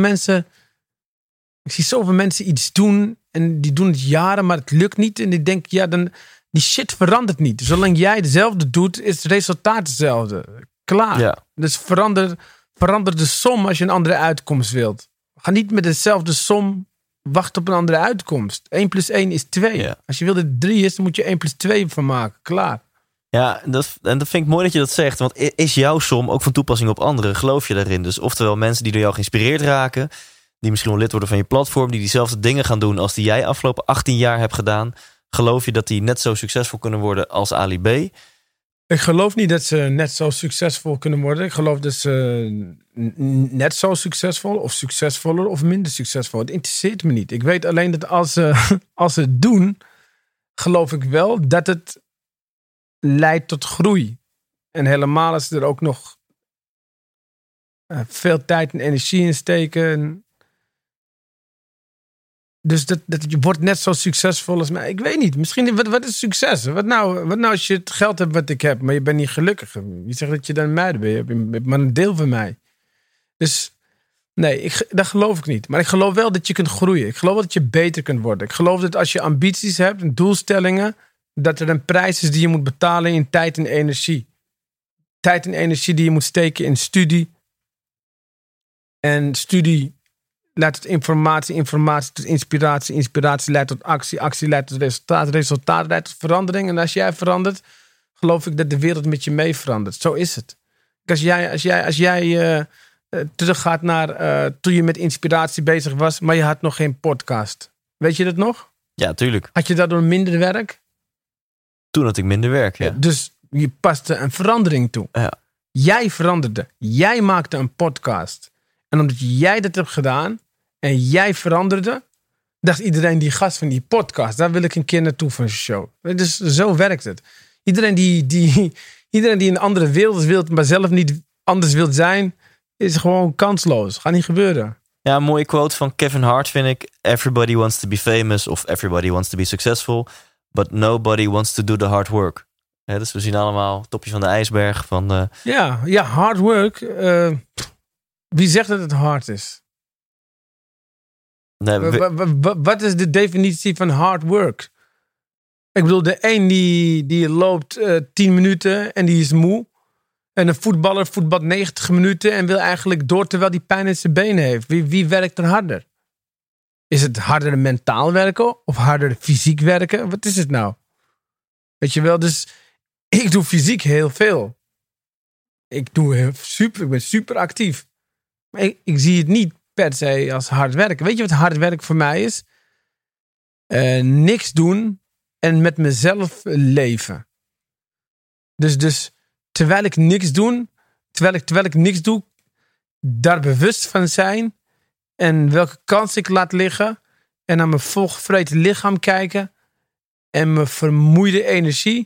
mensen iets doen en die doen het jaren, maar het lukt niet. En ik denk, dan die shit verandert niet. Zolang jij hetzelfde doet, is het resultaat hetzelfde. Klaar. Ja. Dus verander de som als je een andere uitkomst wilt. Ga niet met dezelfde som wachten op een andere uitkomst. 1 + 1 is 2. Ja. Als je wil dat het 3 is, dan moet je 1 + 2 van maken. Klaar. Ja, en dat vind ik mooi dat je dat zegt. Want is jouw som ook van toepassing op anderen? Geloof je daarin? Dus oftewel mensen die door jou geïnspireerd raken, die misschien wel lid worden van je platform, die diezelfde dingen gaan doen als die jij afgelopen 18 jaar hebt gedaan. Geloof je dat die net zo succesvol kunnen worden als Ali B? Ik geloof niet dat ze net zo succesvol kunnen worden. Ik geloof dat ze net zo succesvol of succesvoller of minder succesvol. Het interesseert me niet. Ik weet alleen dat als ze het doen, geloof ik wel dat het leidt tot groei. En helemaal als ze er ook nog veel tijd en energie in steken. Dus dat je wordt net zo succesvol als mij. Ik weet niet. Misschien, wat is succes? Wat nou als je het geld hebt wat ik heb, maar je bent niet gelukkig? Je zegt dat je dan mij bent. Je bent maar een deel van mij. Dus nee, dat geloof ik niet. Maar ik geloof wel dat je kunt groeien. Ik geloof wel dat je beter kunt worden. Ik geloof dat als je ambities hebt en doelstellingen, dat er een prijs is die je moet betalen in tijd en energie. Tijd en energie die je moet steken in studie. En studie leidt tot informatie, informatie tot inspiratie, inspiratie leidt tot actie, actie leidt tot resultaat, resultaat leidt tot verandering. En als jij verandert, geloof ik dat de wereld met je mee verandert. Zo is het. Als jij teruggaat naar toen je met inspiratie bezig was, maar je had nog geen podcast. Weet je dat nog? Ja, tuurlijk. Had je daardoor minder werk? Toen had ik minder werk, ja. Dus je paste een verandering toe. Ja. Jij veranderde. Jij maakte een podcast. En omdat jij dat hebt gedaan en jij veranderde, dacht iedereen, die gast van die podcast, daar wil ik een keer naartoe van zijn show. Dus zo werkt het. Iedereen die in een andere wereld wil, maar zelf niet anders wil zijn, is gewoon kansloos. Gaat niet gebeuren. Ja, een mooie quote van Kevin Hart vind ik. Everybody wants to be famous of everybody wants to be successful, but nobody wants to do the hard work. Ja, dus we zien allemaal het topje van de ijsberg. Ja, hard work. Wie zegt dat het hard is? Nee, wat is de definitie van hard work? Ik bedoel, de een die loopt 10 minuten en die is moe. En een voetballer voetbalt 90 minuten en wil eigenlijk door terwijl hij pijn in zijn benen heeft. Wie werkt er harder? Is het harder mentaal werken of harder fysiek werken? Wat is het nou? Weet je wel, dus ik doe fysiek heel veel. Ik ben super actief. Maar ik zie het niet per se als hard werken. Weet je wat hard werk voor mij is? Niks doen en met mezelf leven. Dus terwijl ik niks doe, daar bewust van zijn en welke kans ik laat liggen en naar mijn volgevreten lichaam kijken en mijn vermoeide energie.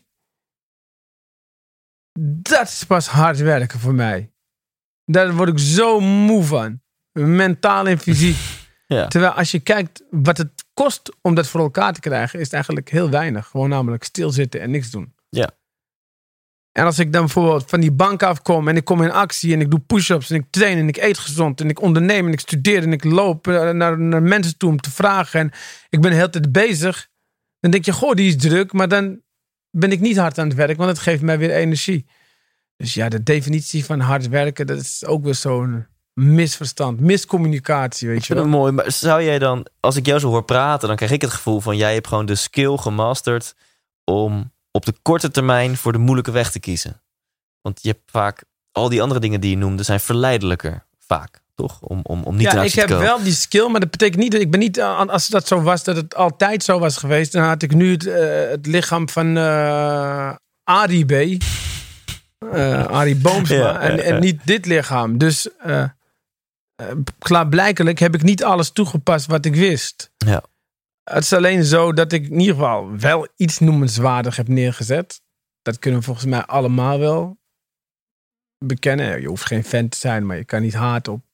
Dat is pas hard werken voor mij. Daar word ik zo moe van. Mentaal en fysiek. Ja. Terwijl als je kijkt wat het kost om dat voor elkaar te krijgen, is het eigenlijk heel weinig. Gewoon namelijk stilzitten en niks doen. Ja. En als ik dan bijvoorbeeld van die bank afkom en ik kom in actie en ik doe push-ups en ik train en ik eet gezond en ik onderneem en ik studeer en ik loop naar mensen toe om te vragen en ik ben de hele tijd bezig, dan denk je, goh, die is druk, maar dan ben ik niet hard aan het werk, want het geeft mij weer energie. Dus ja, de definitie van hard werken, dat is ook weer zo'n misverstand, miscommunicatie, weet Ik je vind wel. het mooi, maar zou jij dan, als ik jou zo hoor praten, dan krijg ik het gevoel van jij hebt gewoon de skill gemasterd om op de korte termijn voor de moeilijke weg te kiezen. Want je hebt vaak, al die andere dingen die je noemde, zijn verleidelijker vaak, toch? Om niet Ja, naar ik actie heb te komen. wel die skill, maar dat betekent niet dat ik ben niet, als dat zo was, dat het altijd zo was geweest, dan had ik nu het lichaam van Arie B. Arie Boomsma Ja. en niet dit lichaam. Dus klaarblijkelijk heb ik niet alles toegepast wat ik wist. Ja. Het is alleen zo dat ik in ieder geval wel iets noemenswaardig heb neergezet. Dat kunnen we volgens mij allemaal wel bekennen. Je hoeft geen fan te zijn, maar je kan niet haat op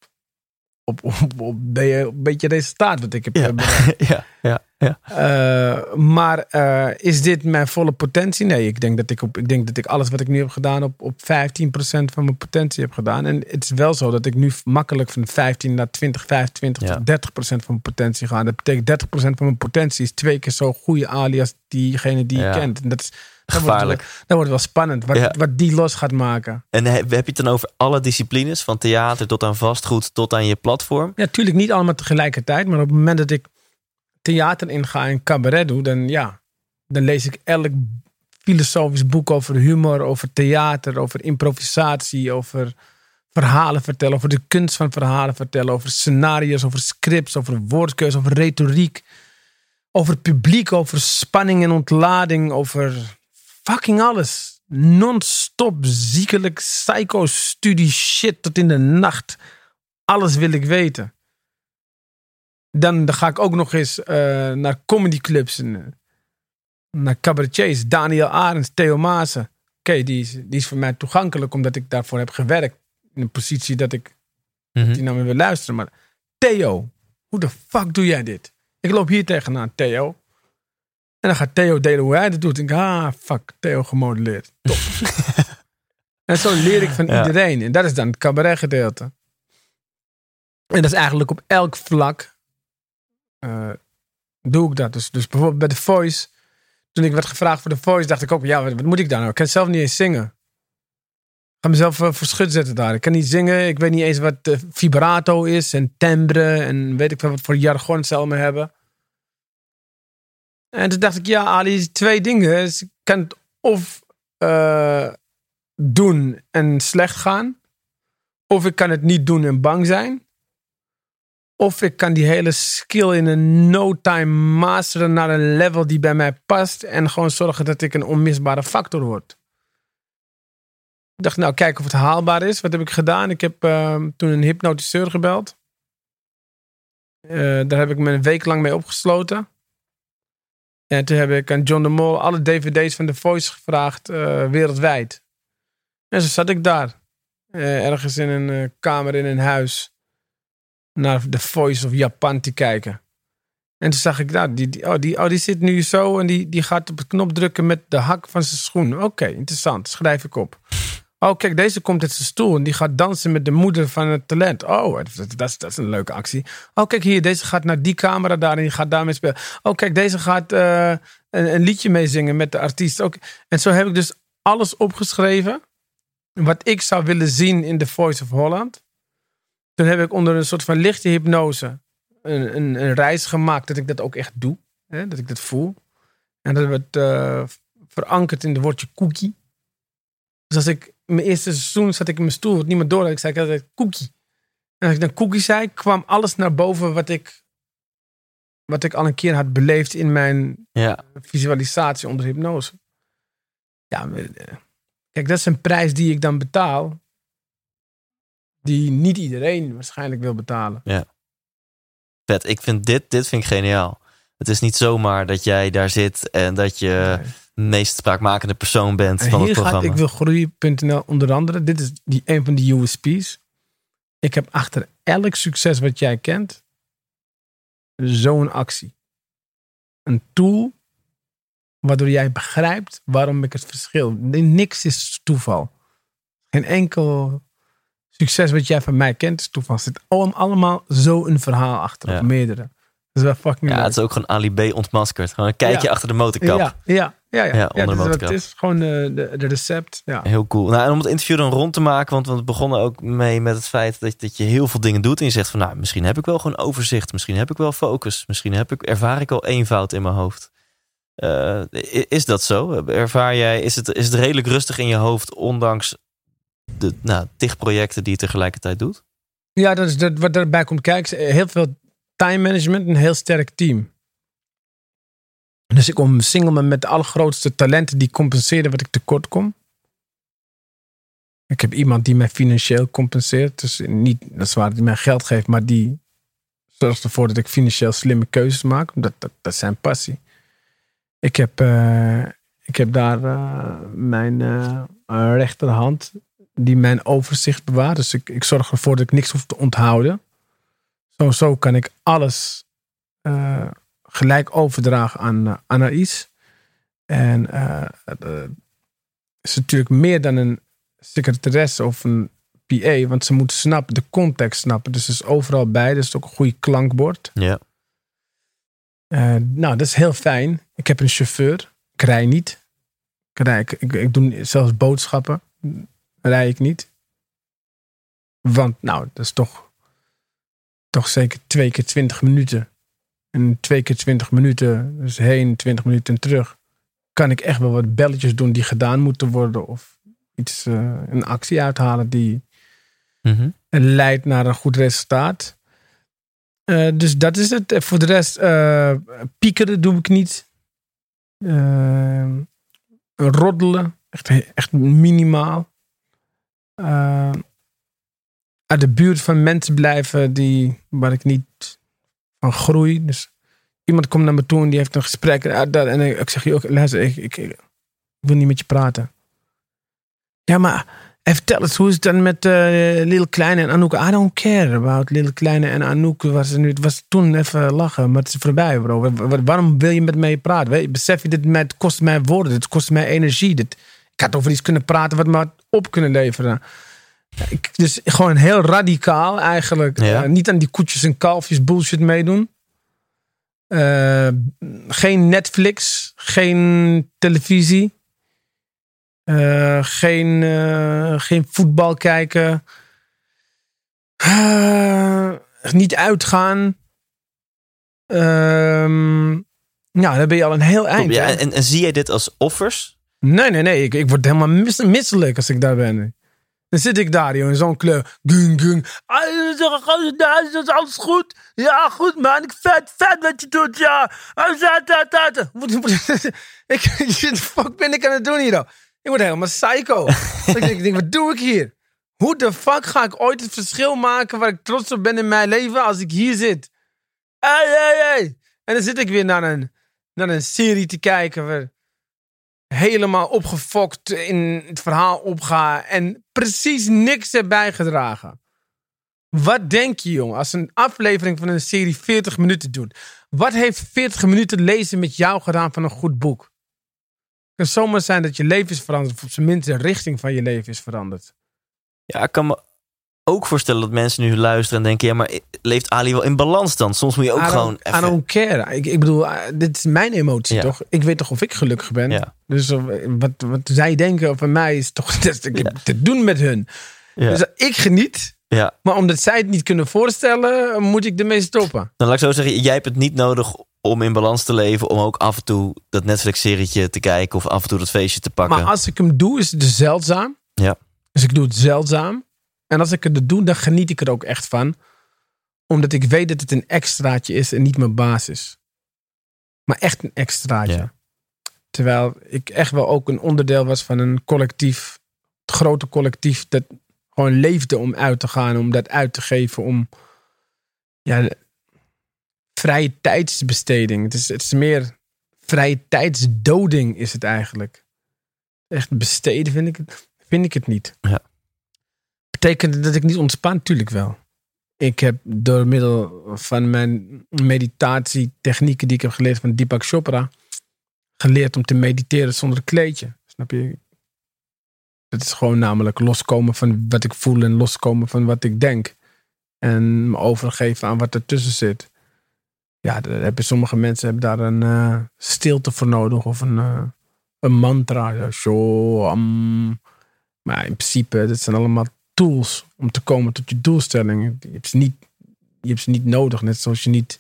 een beetje resultaat wat ik heb bereikt. Ja. Maar is dit mijn volle potentie? Nee, ik denk dat ik alles wat ik nu heb gedaan op 15% van mijn potentie heb gedaan. En het is wel zo dat ik nu makkelijk van 15 naar 20, 25 Ja. tot 30% van mijn potentie ga. Dat betekent 30% van mijn potentie is 2 keer zo goede Ali als diegene die je kent. En dat wordt wel spannend wat die los gaat maken. En heb je het dan over alle disciplines, van theater tot aan vastgoed tot aan je platform? Ja, natuurlijk niet allemaal tegelijkertijd. Maar op het moment dat ik theater inga en cabaret doe, dan lees ik elk filosofisch boek over humor, over theater, over improvisatie, over verhalen vertellen, over de kunst van verhalen vertellen, over scenario's, over scripts, over woordkeus, over retoriek, over publiek, over spanning en ontlading, over fucking alles. Non-stop ziekelijk psycho-studie shit tot in de nacht. Alles wil ik weten. Dan ga ik ook nog eens naar comedyclubs en naar cabaretiers. Daniel Arends, Theo Maassen. Oké, die is voor mij toegankelijk omdat ik daarvoor heb gewerkt. In een positie dat ik die naar me wil luisteren. Maar Theo, hoe de fuck doe jij dit? Ik loop hier tegenaan, Theo. En dan gaat Theo delen hoe hij dat doet. En ik denk, fuck, Theo gemodelleerd. Top. En zo leer ik van iedereen. En dat is dan het cabaret gedeelte. En dat is eigenlijk op elk vlak doe ik dat. Dus bijvoorbeeld bij The Voice. Toen ik werd gevraagd voor The Voice, dacht ik ook, ja, wat moet ik daar nou? Ik kan zelf niet eens zingen. Ik ga mezelf voor schut zetten daar. Ik kan niet zingen. Ik weet niet eens wat vibrato is en timbre en weet ik veel wat voor jargon ze allemaal hebben. En toen dacht ik, ja, Ali, 2 dingen. Dus ik kan het of doen en slecht gaan. Of ik kan het niet doen en bang zijn. Of ik kan die hele skill in een no time masteren naar een level die bij mij past. En gewoon zorgen dat ik een onmisbare factor word. Ik dacht, nou, kijken of het haalbaar is. Wat heb ik gedaan? Ik heb toen een hypnotiseur gebeld. Daar heb ik me een week lang mee opgesloten. En toen heb ik aan John de Mol alle dvd's van The Voice gevraagd, wereldwijd. En zo zat ik daar. Ergens in een kamer in een huis. Naar The Voice of Japan te kijken. En toen zag ik, nou, die zit nu zo en die gaat op de knop drukken met de hak van zijn schoen. Oké, interessant, schrijf ik op. Oh, kijk, deze komt uit zijn stoel en die gaat dansen met de moeder van het talent. Oh, dat is een leuke actie. Oh, kijk hier, deze gaat naar die camera daar en die gaat daarmee spelen. Oh, kijk, deze gaat een liedje meezingen met de artiest. Okay. En zo heb ik dus alles opgeschreven wat ik zou willen zien in The Voice of Holland. Toen heb ik onder een soort van lichte hypnose een reis gemaakt dat ik dat ook echt doe. Hè, dat ik dat voel. En dat werd verankerd in het woordje cookie. Dus als ik mijn eerste seizoen zat ik in mijn stoel, wat niemand door had. Ik zei altijd cookie. En als ik dan cookie zei, kwam alles naar boven wat ik al een keer had beleefd in mijn visualisatie onder hypnose. Ja, kijk, dat is een prijs die ik dan betaal. Die niet iedereen waarschijnlijk wil betalen. Ja. Vet, ik vind dit vind ik geniaal. Het is niet zomaar dat jij daar zit en dat je de meest spraakmakende persoon bent en van het hier programma. Gaat, ik wil groeien.nl onder andere. Dit is een van die USP's. Ik heb achter elk succes wat jij kent zo'n actie. Een tool waardoor jij begrijpt waarom ik het verschil. Niks is toeval. Geen enkel succes wat jij van mij kent is toeval. Er zit allemaal zo'n verhaal achter. Of meerdere. Dat is wel fucking leuk. Het is ook gewoon Ali B ontmaskerd. Gewoon een kijkje achter de motorkap. Ja, onder de dus motorkap. dat is gewoon de recept. Ja. Heel cool. Nou, en om het interview dan rond te maken, want we begonnen ook mee met het feit dat je heel veel dingen doet. En je zegt van, nou, misschien heb ik wel gewoon overzicht. Misschien heb ik wel focus. Misschien ervaar ik al eenvoud in mijn hoofd. Is dat zo? Ervaar jij, is het redelijk rustig in je hoofd, ondanks de tig projecten die je tegelijkertijd doet? Ja, dat is wat erbij komt kijken. Heel veel time management, een heel sterk team. Dus ik omsingel me met de allergrootste talenten die compenseren wat ik tekort kom. Ik heb iemand die mij financieel compenseert. Dus niet, dat is waar, die mij geld geeft, maar die zorgt ervoor dat ik financieel slimme keuzes maak. Dat is zijn passie. Ik heb daar mijn rechterhand die mijn overzicht bewaart. Dus ik zorg ervoor dat ik niks hoef te onthouden. Zo kan ik alles gelijk overdragen aan Anaïs. En het is natuurlijk meer dan een secretaresse of een PA. Want ze moet de context snappen. Dus het is overal bij. Dus het is ook een goede klankbord. Ja. Nou, dat is heel fijn. Ik heb een chauffeur. Ik rij niet. Ik doe zelfs boodschappen. Rij ik niet. Want nou, dat is toch zeker 2 keer 20 minuten. En 2 keer 20 minuten, dus heen, 20 minuten en terug, kan ik echt wel wat belletjes doen die gedaan moeten worden. Of iets, een actie uithalen die leidt naar een goed resultaat. Dus dat is het. Voor de rest, piekeren doe ik niet. Roddelen, echt minimaal. Uit de buurt van mensen blijven waar ik niet van groei. Dus iemand komt naar me toe en die heeft een gesprek. En ik zeg, joh, luister, ik wil niet met je praten. Ja, maar vertel eens, hoe is het dan met Lil Kleine en Anouk? I don't care about Lil Kleine en Anouk. Het was toen even lachen, maar het is voorbij, bro. Waarom wil je met mij praten? Besef je, het kost mij woorden, het kost mij energie. Ik had over iets kunnen praten wat me had op kunnen leveren. Dus gewoon heel radicaal eigenlijk. Ja. Niet aan die koetjes en kalfjes bullshit meedoen. Geen Netflix. Geen televisie. Geen voetbal kijken. Niet uitgaan. Nou, dan ben je al een heel eind. Ja, en zie jij dit als offers? Nee. Ik word helemaal misselijk als ik daar ben. Dan zit ik daar, joh, in zo'n kleur. Gung, gung. Is alles goed? Ja, goed, man. Vet wat je doet, ja. Fuck ben ik aan het doen hier, dan? Ik word helemaal psycho. Ik denk, wat doe ik hier? Hoe de fuck ga ik ooit het verschil maken waar ik trots op ben in mijn leven als ik hier zit? Hey. En dan zit ik weer naar een serie te kijken waar helemaal opgefokt in het verhaal opga en precies niks erbij gedragen. Wat denk je, jongen, als een aflevering van een serie 40 minuten doet? Wat heeft 40 minuten lezen met jou gedaan van een goed boek? Het kan zomaar zijn dat je leven is veranderd, of op zijn minst de richting van je leven is veranderd. Ja, ik kan me ook voorstellen dat mensen nu luisteren en denken, ja, maar leeft Ali wel in balans dan? Soms moet je ook gewoon even... I don't care. Ik bedoel, dit is mijn emotie, toch? Ik weet toch of ik gelukkig ben? Ja. Dus wat zij denken over mij is toch ik heb te doen met hun. Ja. Dus ik geniet, maar omdat zij het niet kunnen voorstellen, moet ik ermee stoppen. Dan laat ik zo zeggen, jij hebt het niet nodig om in balans te leven, om ook af en toe dat Netflix-serietje te kijken of af en toe dat feestje te pakken. Maar als ik hem doe, is het dus zeldzaam. Ja. Dus ik doe het zeldzaam. En als ik het doe, dan geniet ik er ook echt van. Omdat ik weet dat het een extraatje is en niet mijn basis. Maar echt een extraatje. Ja. Terwijl ik echt wel ook een onderdeel was van een collectief. Het grote collectief dat gewoon leefde om uit te gaan. Om dat uit te geven. Om vrije tijdsbesteding. Het is meer vrije tijdsdoding is het eigenlijk. Echt besteden vind ik het niet. Ja. Betekent dat ik niet ontspan? Tuurlijk wel. Ik heb door middel van mijn meditatietechnieken die ik heb geleerd van Deepak Chopra geleerd om te mediteren zonder een kleedje. Snap je? Het is gewoon namelijk loskomen van wat ik voel en loskomen van wat ik denk. En me overgeven aan wat ertussen zit. Ja, sommige mensen hebben daar een stilte voor nodig of een een mantra. Zo, maar in principe, dat zijn allemaal tools om te komen tot je doelstelling. Je hebt ze niet nodig. Net zoals je niet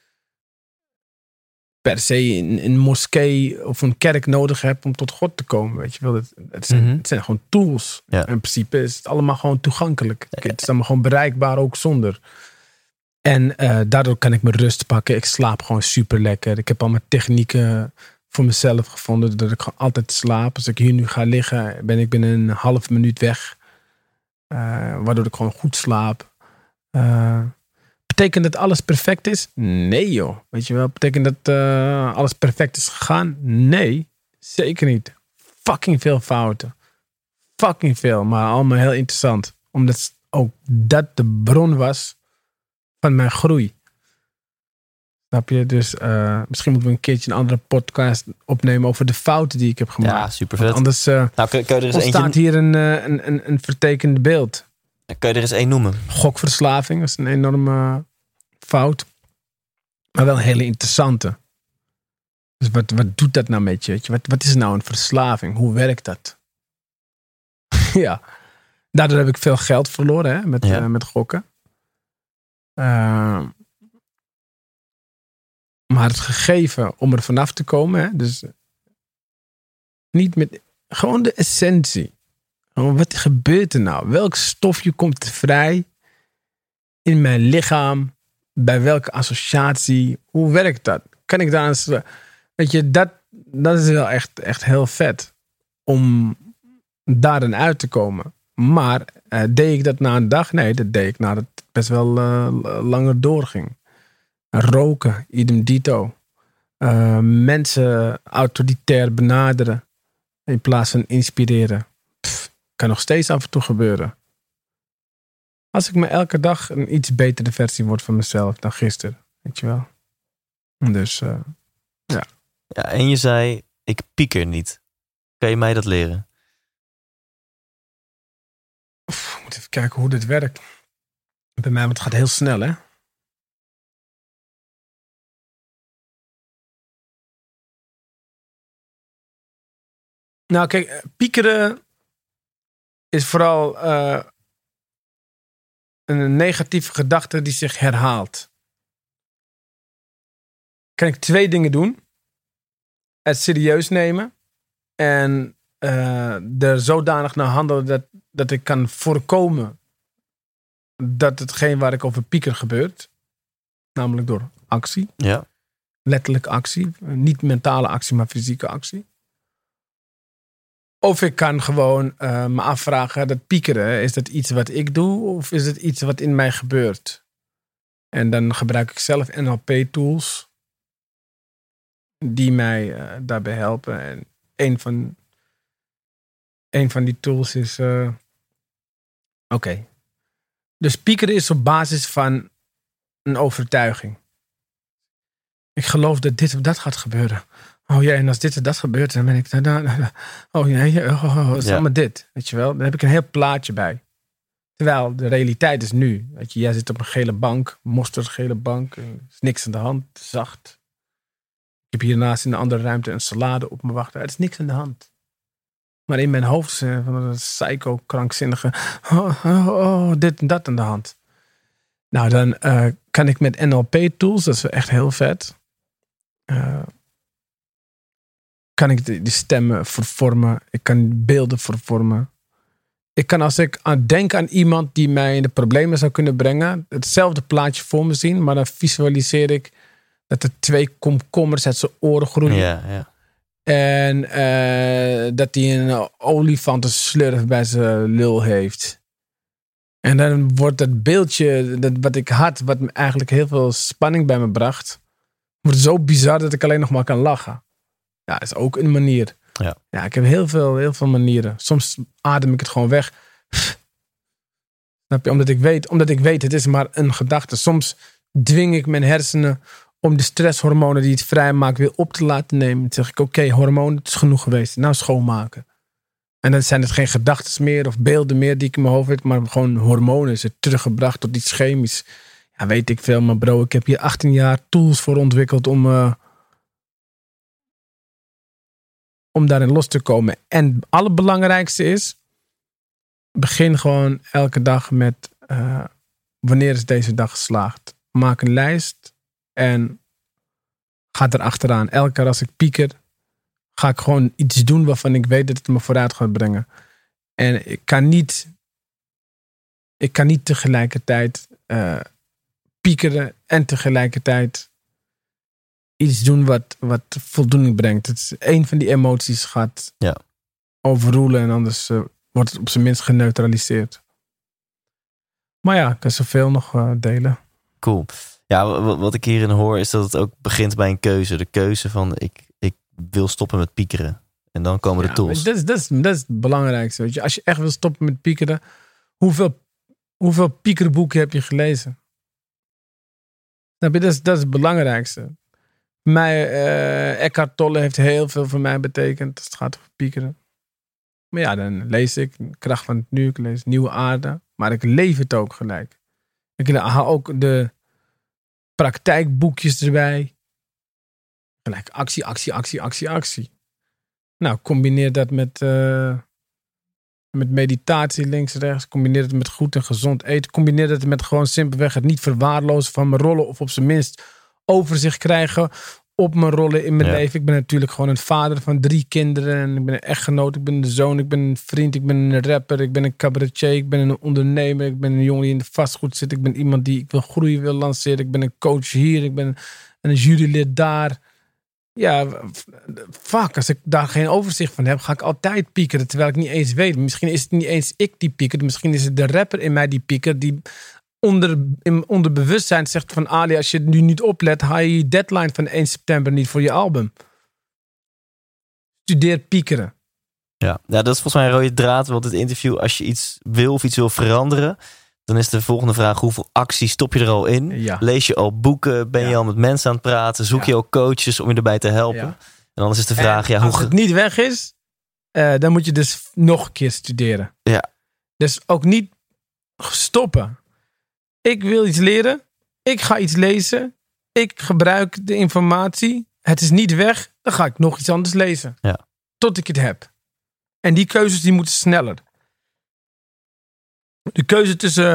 per se een moskee of een kerk nodig hebt om tot God te komen. Weet je wel, het zijn gewoon tools. Ja. In principe is het allemaal gewoon toegankelijk. Het is allemaal gewoon bereikbaar, ook zonder. En daardoor kan ik mijn rust pakken. Ik slaap gewoon super lekker. Ik heb allemaal technieken voor mezelf gevonden, dat ik gewoon altijd slaap. Als ik hier nu ga liggen, ben ik binnen een half minuut weg. Waardoor ik gewoon goed slaap. Betekent dat alles perfect is? Nee joh. Weet je wel, betekent dat alles perfect is gegaan? Nee, zeker niet. Fucking veel fouten. Fucking veel, maar allemaal heel interessant. Omdat ook dat de bron was van mijn groei. Snap je? Dus misschien moeten we een keertje een andere podcast opnemen over de fouten die ik heb gemaakt. Ja, super vet. Anders Kun je er eens ontstaat hier een vertekend beeld. Kun je er eens één noemen? Gokverslaving is een enorme fout. Maar wel een hele interessante. Dus wat doet dat nou met je? Weet je? Wat is nou een verslaving? Hoe werkt dat? Ja. Daardoor heb ik veel geld verloren met gokken. Maar het gegeven om er vanaf te komen. Hè, dus niet met... Gewoon de essentie. Gewoon, wat gebeurt er nou? Welk stofje komt er vrij in mijn lichaam? Bij welke associatie? Hoe werkt dat? Kan ik daar eens... Weet je, dat is wel echt heel vet. Om daar dan uit te komen. Maar deed ik dat na een dag? Nee, dat deed ik nadat het best wel langer doorging. Roken, idem dito. Mensen autoritair benaderen. In plaats van inspireren. Kan nog steeds af en toe gebeuren. Als ik me elke dag een iets betere versie word van mezelf dan gisteren. Weet je wel. Dus ja. Ja, en je zei, ik pieker niet. Kan je mij dat leren? Ik moet even kijken hoe dit werkt. Bij mij, want het gaat heel snel, hè. Nou, kijk, piekeren is vooral een negatieve gedachte die zich herhaalt. Kan ik 2 dingen doen. Het serieus nemen. En er zodanig naar handelen dat ik kan voorkomen dat hetgeen waar ik over pieker gebeurt. Namelijk door actie. Ja. Letterlijk actie. Niet mentale actie, maar fysieke actie. Of ik kan gewoon me afvragen, dat piekeren, is dat iets wat ik doe of is het iets wat in mij gebeurt? En dan gebruik ik zelf NLP-tools die mij daarbij helpen. En een van die tools is... Oké. Dus piekeren is op basis van een overtuiging. Ik geloof dat dit of dat gaat gebeuren. Oh ja, en als dit of dat gebeurt, dan ben ik... Oh nee, het is allemaal dit. Weet je wel? Dan heb ik een heel plaatje bij. Terwijl de realiteit is nu. Weet je, jij zit op een gele bank, mosterdgele bank. Er is niks aan de hand, zacht. Ik heb hiernaast in een andere ruimte een salade op me wachten. Er is niks aan de hand. Maar in mijn hoofd is van een psycho-krankzinnige... dit en dat aan de hand. Nou, dan kan ik met NLP-tools, dat is echt heel vet... kan ik de stemmen vervormen. Ik kan beelden vervormen. Ik kan, als ik denk aan iemand die mij in de problemen zou kunnen brengen, hetzelfde plaatje voor me zien, maar dan visualiseer ik dat er 2 komkommers uit zijn oren groeien. Ja. En dat hij een olifantenslurf bij zijn lul heeft. En dan wordt dat beeldje wat ik had, wat me eigenlijk heel veel spanning bij me bracht, wordt zo bizar dat ik alleen nog maar kan lachen. Ja, dat is ook een manier. Ja, ik heb heel veel manieren. Soms adem ik het gewoon weg. Snap je? Omdat ik weet, het is maar een gedachte. Soms dwing ik mijn hersenen om de stresshormonen die het vrijmaakt weer op te laten nemen. Dan zeg ik, oké, hormonen, het is genoeg geweest. Nou, schoonmaken. En dan zijn het geen gedachten meer of beelden meer die ik in mijn hoofd heb, maar gewoon hormonen. Is het teruggebracht tot iets chemisch. Ja, weet ik veel, maar bro, ik heb hier 18 jaar tools voor ontwikkeld om om daarin los te komen. En het allerbelangrijkste is, begin gewoon elke dag met wanneer is deze dag geslaagd. Maak een lijst en ga erachteraan. Elke keer als ik pieker, ga ik gewoon iets doen waarvan ik weet dat het me vooruit gaat brengen. En ik kan niet tegelijkertijd piekeren en tegelijkertijd iets doen wat voldoening brengt. Het is één van die emoties gaat overroelen en anders wordt het op zijn minst geneutraliseerd. Maar ja, ik kan zoveel nog delen. Cool. Ja, wat ik hierin hoor is dat het ook begint bij een keuze. De keuze van ik wil stoppen met piekeren. En dan komen de tools. Dat is het belangrijkste. Weet je. Als je echt wil stoppen met piekeren, hoeveel piekerboeken heb je gelezen? Dat is het belangrijkste. Eckhart Tolle heeft heel veel voor mij betekend als het gaat over piekeren. Maar ja, dan lees ik Kracht van het Nu, ik lees Nieuwe Aarde. Maar ik leef het ook gelijk. Ik haal ook de praktijkboekjes erbij. Gelijk actie. Nou, combineer dat met meditatie links en rechts. Combineer het met goed en gezond eten. Combineer het met gewoon simpelweg het niet verwaarlozen van mijn rollen. Of op zijn minst overzicht krijgen op mijn rollen in mijn leven. Ik ben natuurlijk gewoon een vader van 3 kinderen. En ik ben een echtgenoot, ik ben een zoon, ik ben een vriend, ik ben een rapper, ik ben een cabaretier, ik ben een ondernemer, ik ben een jongen die in de vastgoed zit. Ik ben iemand die ik wil groeien, wil lanceren. Ik ben een coach hier, ik ben een jurylid daar. Ja, fuck, als ik daar geen overzicht van heb, ga ik altijd piekeren, terwijl ik niet eens weet. Misschien is het niet eens ik die piekert, misschien is het de rapper in mij die piekert, die onder bewustzijn zegt van Ali, als je het nu niet oplet, haal je je deadline van 1 september niet voor je album. Studeer piekeren. Ja, dat is volgens mij een rode draad. Want het interview, als je iets wil of iets wil veranderen, dan is de volgende vraag: hoeveel actie stop je er al in? Ja. Lees je al boeken? Ben je al met mensen aan het praten? Zoek je al coaches om je erbij te helpen? Ja. En dan is de vraag: als het niet weg is, dan moet je dus nog een keer studeren. Ja. Dus ook niet stoppen. Ik wil iets leren. Ik ga iets lezen. Ik gebruik de informatie. Het is niet weg. Dan ga ik nog iets anders lezen. Ja. Tot ik het heb. En die keuzes die moeten sneller. De keuze tussen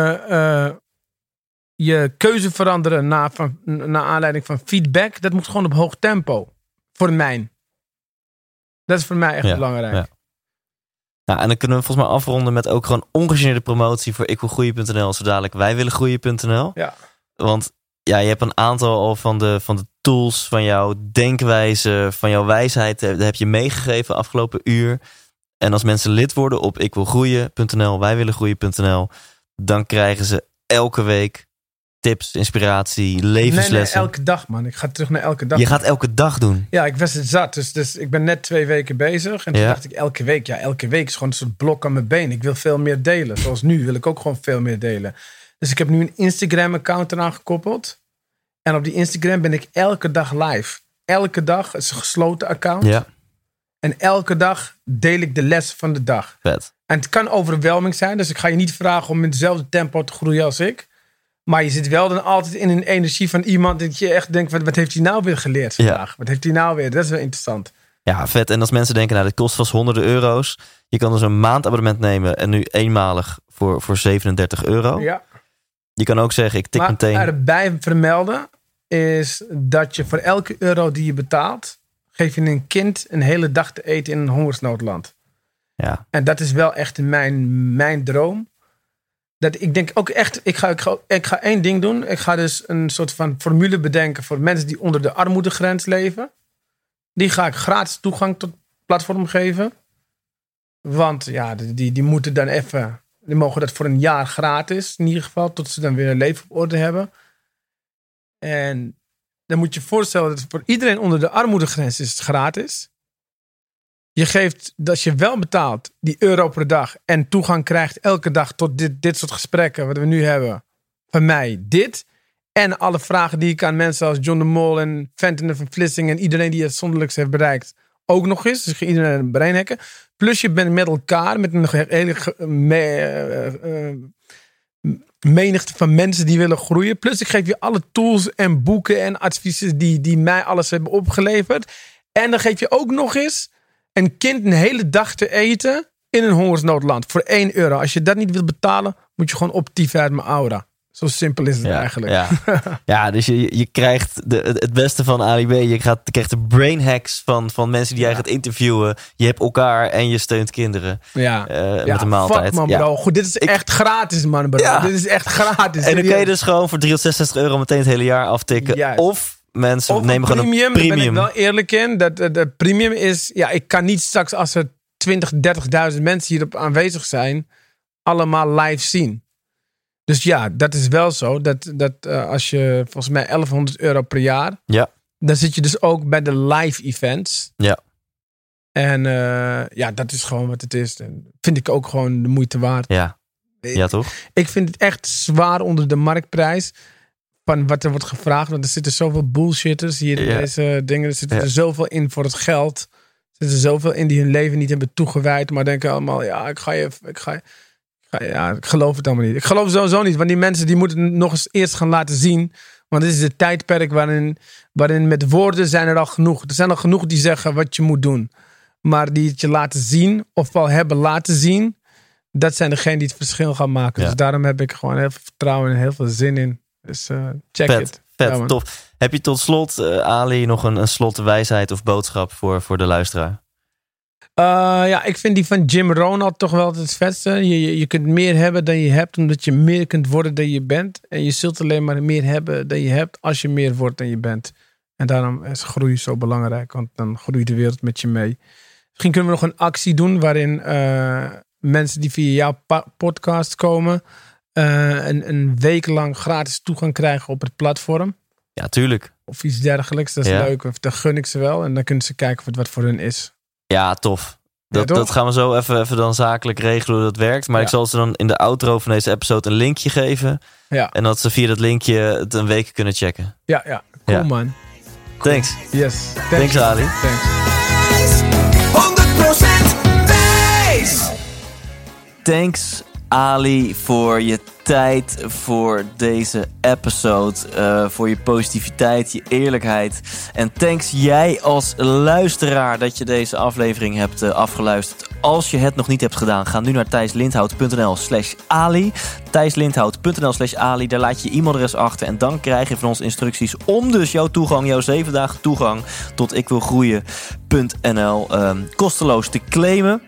je keuze veranderen naar aanleiding van feedback, dat moet gewoon op hoog tempo. Voor mij. Dat is voor mij echt belangrijk. Ja. Nou, en dan kunnen we volgens mij afronden met ook gewoon ongegeneerde promotie voor ikwilgroeien.nl. Zo dadelijk wijwillengroeien.nl. Ja. Want je hebt een aantal al van de tools, van jouw denkwijze, van jouw wijsheid, dat heb je meegegeven afgelopen uur. En als mensen lid worden op ikwilgroeien.nl, wijwillengroeien.nl, dan krijgen ze elke week tips, inspiratie, levenslessen. Nee, elke dag, man. Ik ga terug naar elke dag. Je gaat elke dag doen? Ja, ik was het zat. Dus ik ben net 2 weken bezig. En toen dacht ik elke week. Ja, elke week is gewoon een soort blok aan mijn been. Ik wil veel meer delen. Zoals nu wil ik ook gewoon veel meer delen. Dus ik heb nu een Instagram-account eraan gekoppeld. En op die Instagram ben ik elke dag live. Elke dag, het is een gesloten account. Ja. En elke dag deel ik de les van de dag. Vet. En het kan overweldigend zijn. Dus ik ga je niet vragen om in hetzelfde tempo te groeien als ik. Maar je zit wel dan altijd in een energie van iemand dat je echt denkt, wat heeft hij nou weer geleerd vandaag? Ja. Wat heeft hij nou weer? Dat is wel interessant. Ja, vet. En als mensen denken, nou, dit kost vast honderden euro's. Je kan dus een maandabonnement nemen en nu eenmalig voor €37. Ja. Je kan ook zeggen, ik tik meteen. Maar erbij vermelden is dat je voor elke euro die je betaalt, geef je een kind een hele dag te eten in een hongersnoodland. Ja. En dat is wel echt mijn droom. Dat ik denk ook echt, ik ga 1 ding doen. Ik ga dus een soort van formule bedenken voor mensen die onder de armoedegrens leven. Die ga ik gratis toegang tot platform geven. Want ja, die moeten dan even, die mogen dat voor een jaar gratis in ieder geval, tot ze dan weer een leven op orde hebben. En dan moet je je voorstellen dat voor iedereen onder de armoedegrens is het gratis. Je geeft, als je wel betaalt, die euro per dag en toegang krijgt elke dag tot dit soort gesprekken wat we nu hebben, van mij dit. En alle vragen die ik aan mensen als John de Mol en Fenton van Vlissingen en iedereen die het zonderlijks heeft bereikt, ook nog eens. Dus iedereen een brein hacken. Plus je bent met elkaar, met een hele menigte van mensen die willen groeien. Plus ik geef je alle tools en boeken en adviezen die mij alles hebben opgeleverd. En dan geef je ook nog eens een kind een hele dag te eten in een hongersnoodland voor €1. Als je dat niet wilt betalen, moet je gewoon optieven uit mijn aura. Zo simpel is het eigenlijk. Ja, ja, dus je krijgt het beste van Ali B. Je krijgt de brain hacks van mensen die jij gaat interviewen. Je hebt elkaar en je steunt kinderen. Met een maaltijd. Fuck man, bro. Goed, dit is echt gratis, man, bro. Ja. Dit is echt gratis. En dan kun je dus gewoon voor €366 meteen het hele jaar aftikken. Juist. Of mensen nemen gewoon een premium. Daar ben ik wel eerlijk in. De premium is... Ja, ik kan niet straks als er 20.000, 30.000 mensen hierop aanwezig zijn... allemaal live zien. Dus ja, dat is wel zo. Dat als je volgens mij €1100 per jaar... Ja. Dan zit je dus ook bij de live events. Ja. En dat is gewoon wat het is. En vind ik ook gewoon de moeite waard. Ja, toch? Ik vind het echt zwaar onder de marktprijs... van wat er wordt gevraagd. Want er zitten zoveel bullshitters hier in deze dingen. Er zitten er zoveel in voor het geld. Er zitten zoveel in die hun leven niet hebben toegewijd. Maar denken allemaal, ik geloof het allemaal niet. Ik geloof het sowieso niet. Want die mensen die moeten nog eens eerst gaan laten zien. Want dit is het tijdperk waarin met woorden zijn er al genoeg. Er zijn al genoeg die zeggen wat je moet doen. Maar die het je laten zien, of al hebben laten zien, dat zijn degenen die het verschil gaan maken. Dus daarom heb ik gewoon heel veel vertrouwen en heel veel zin in. Dus check it. Vet, tof. Heb je tot slot, Ali, nog een slotwijsheid of boodschap voor de luisteraar? Ik vind die van Jim Rohn toch wel het vetste. Je kunt meer hebben dan je hebt, omdat je meer kunt worden dan je bent. En je zult alleen maar meer hebben dan je hebt als je meer wordt dan je bent. En daarom is groei zo belangrijk, want dan groeit de wereld met je mee. Misschien kunnen we nog een actie doen waarin mensen die via jouw podcast komen een week lang gratis toegang krijgen op het platform. Ja, tuurlijk. Of iets dergelijks. Dat is leuk. Of dat gun ik ze wel. En dan kunnen ze kijken of het wat voor hun is. Ja, tof. Dat gaan we zo even dan zakelijk regelen hoe dat werkt. Maar ik zal ze dan in de outro van deze episode een linkje geven. Ja. En dat ze via dat linkje het een week kunnen checken. Ja. Cool, man. Cool. Thanks. Yes. Thanks, Ali. Thanks. 100% Bass! Thanks, Ali, voor je tijd, voor deze episode, voor je positiviteit, je eerlijkheid. En thanks jij als luisteraar dat je deze aflevering hebt afgeluisterd. Als je het nog niet hebt gedaan, ga nu naar thijslindhout.nl/Ali. thijslindhout.nl/Ali. Daar laat je je e-mailadres achter en dan krijg je van ons instructies om dus jouw 7 dagen toegang tot ikwilgroeien.nl kosteloos te claimen.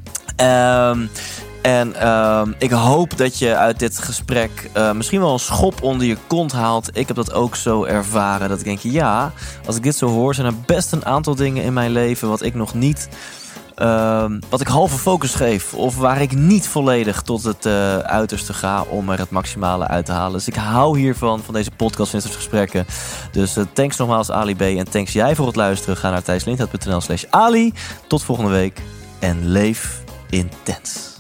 Ik hoop dat je uit dit gesprek misschien wel een schop onder je kont haalt. Ik heb dat ook zo ervaren. Dat ik denk, als ik dit zo hoor, zijn er best een aantal dingen in mijn leven wat ik nog niet... wat ik halve focus geef. Of waar ik niet volledig tot het uiterste ga om er het maximale uit te halen. Dus ik hou hiervan, van deze podcast, van dit soort gesprekken. Dus thanks nogmaals Ali B. En thanks jij voor het luisteren. Ga naar thijslindhout.nl/Ali. Tot volgende week. En leef intens.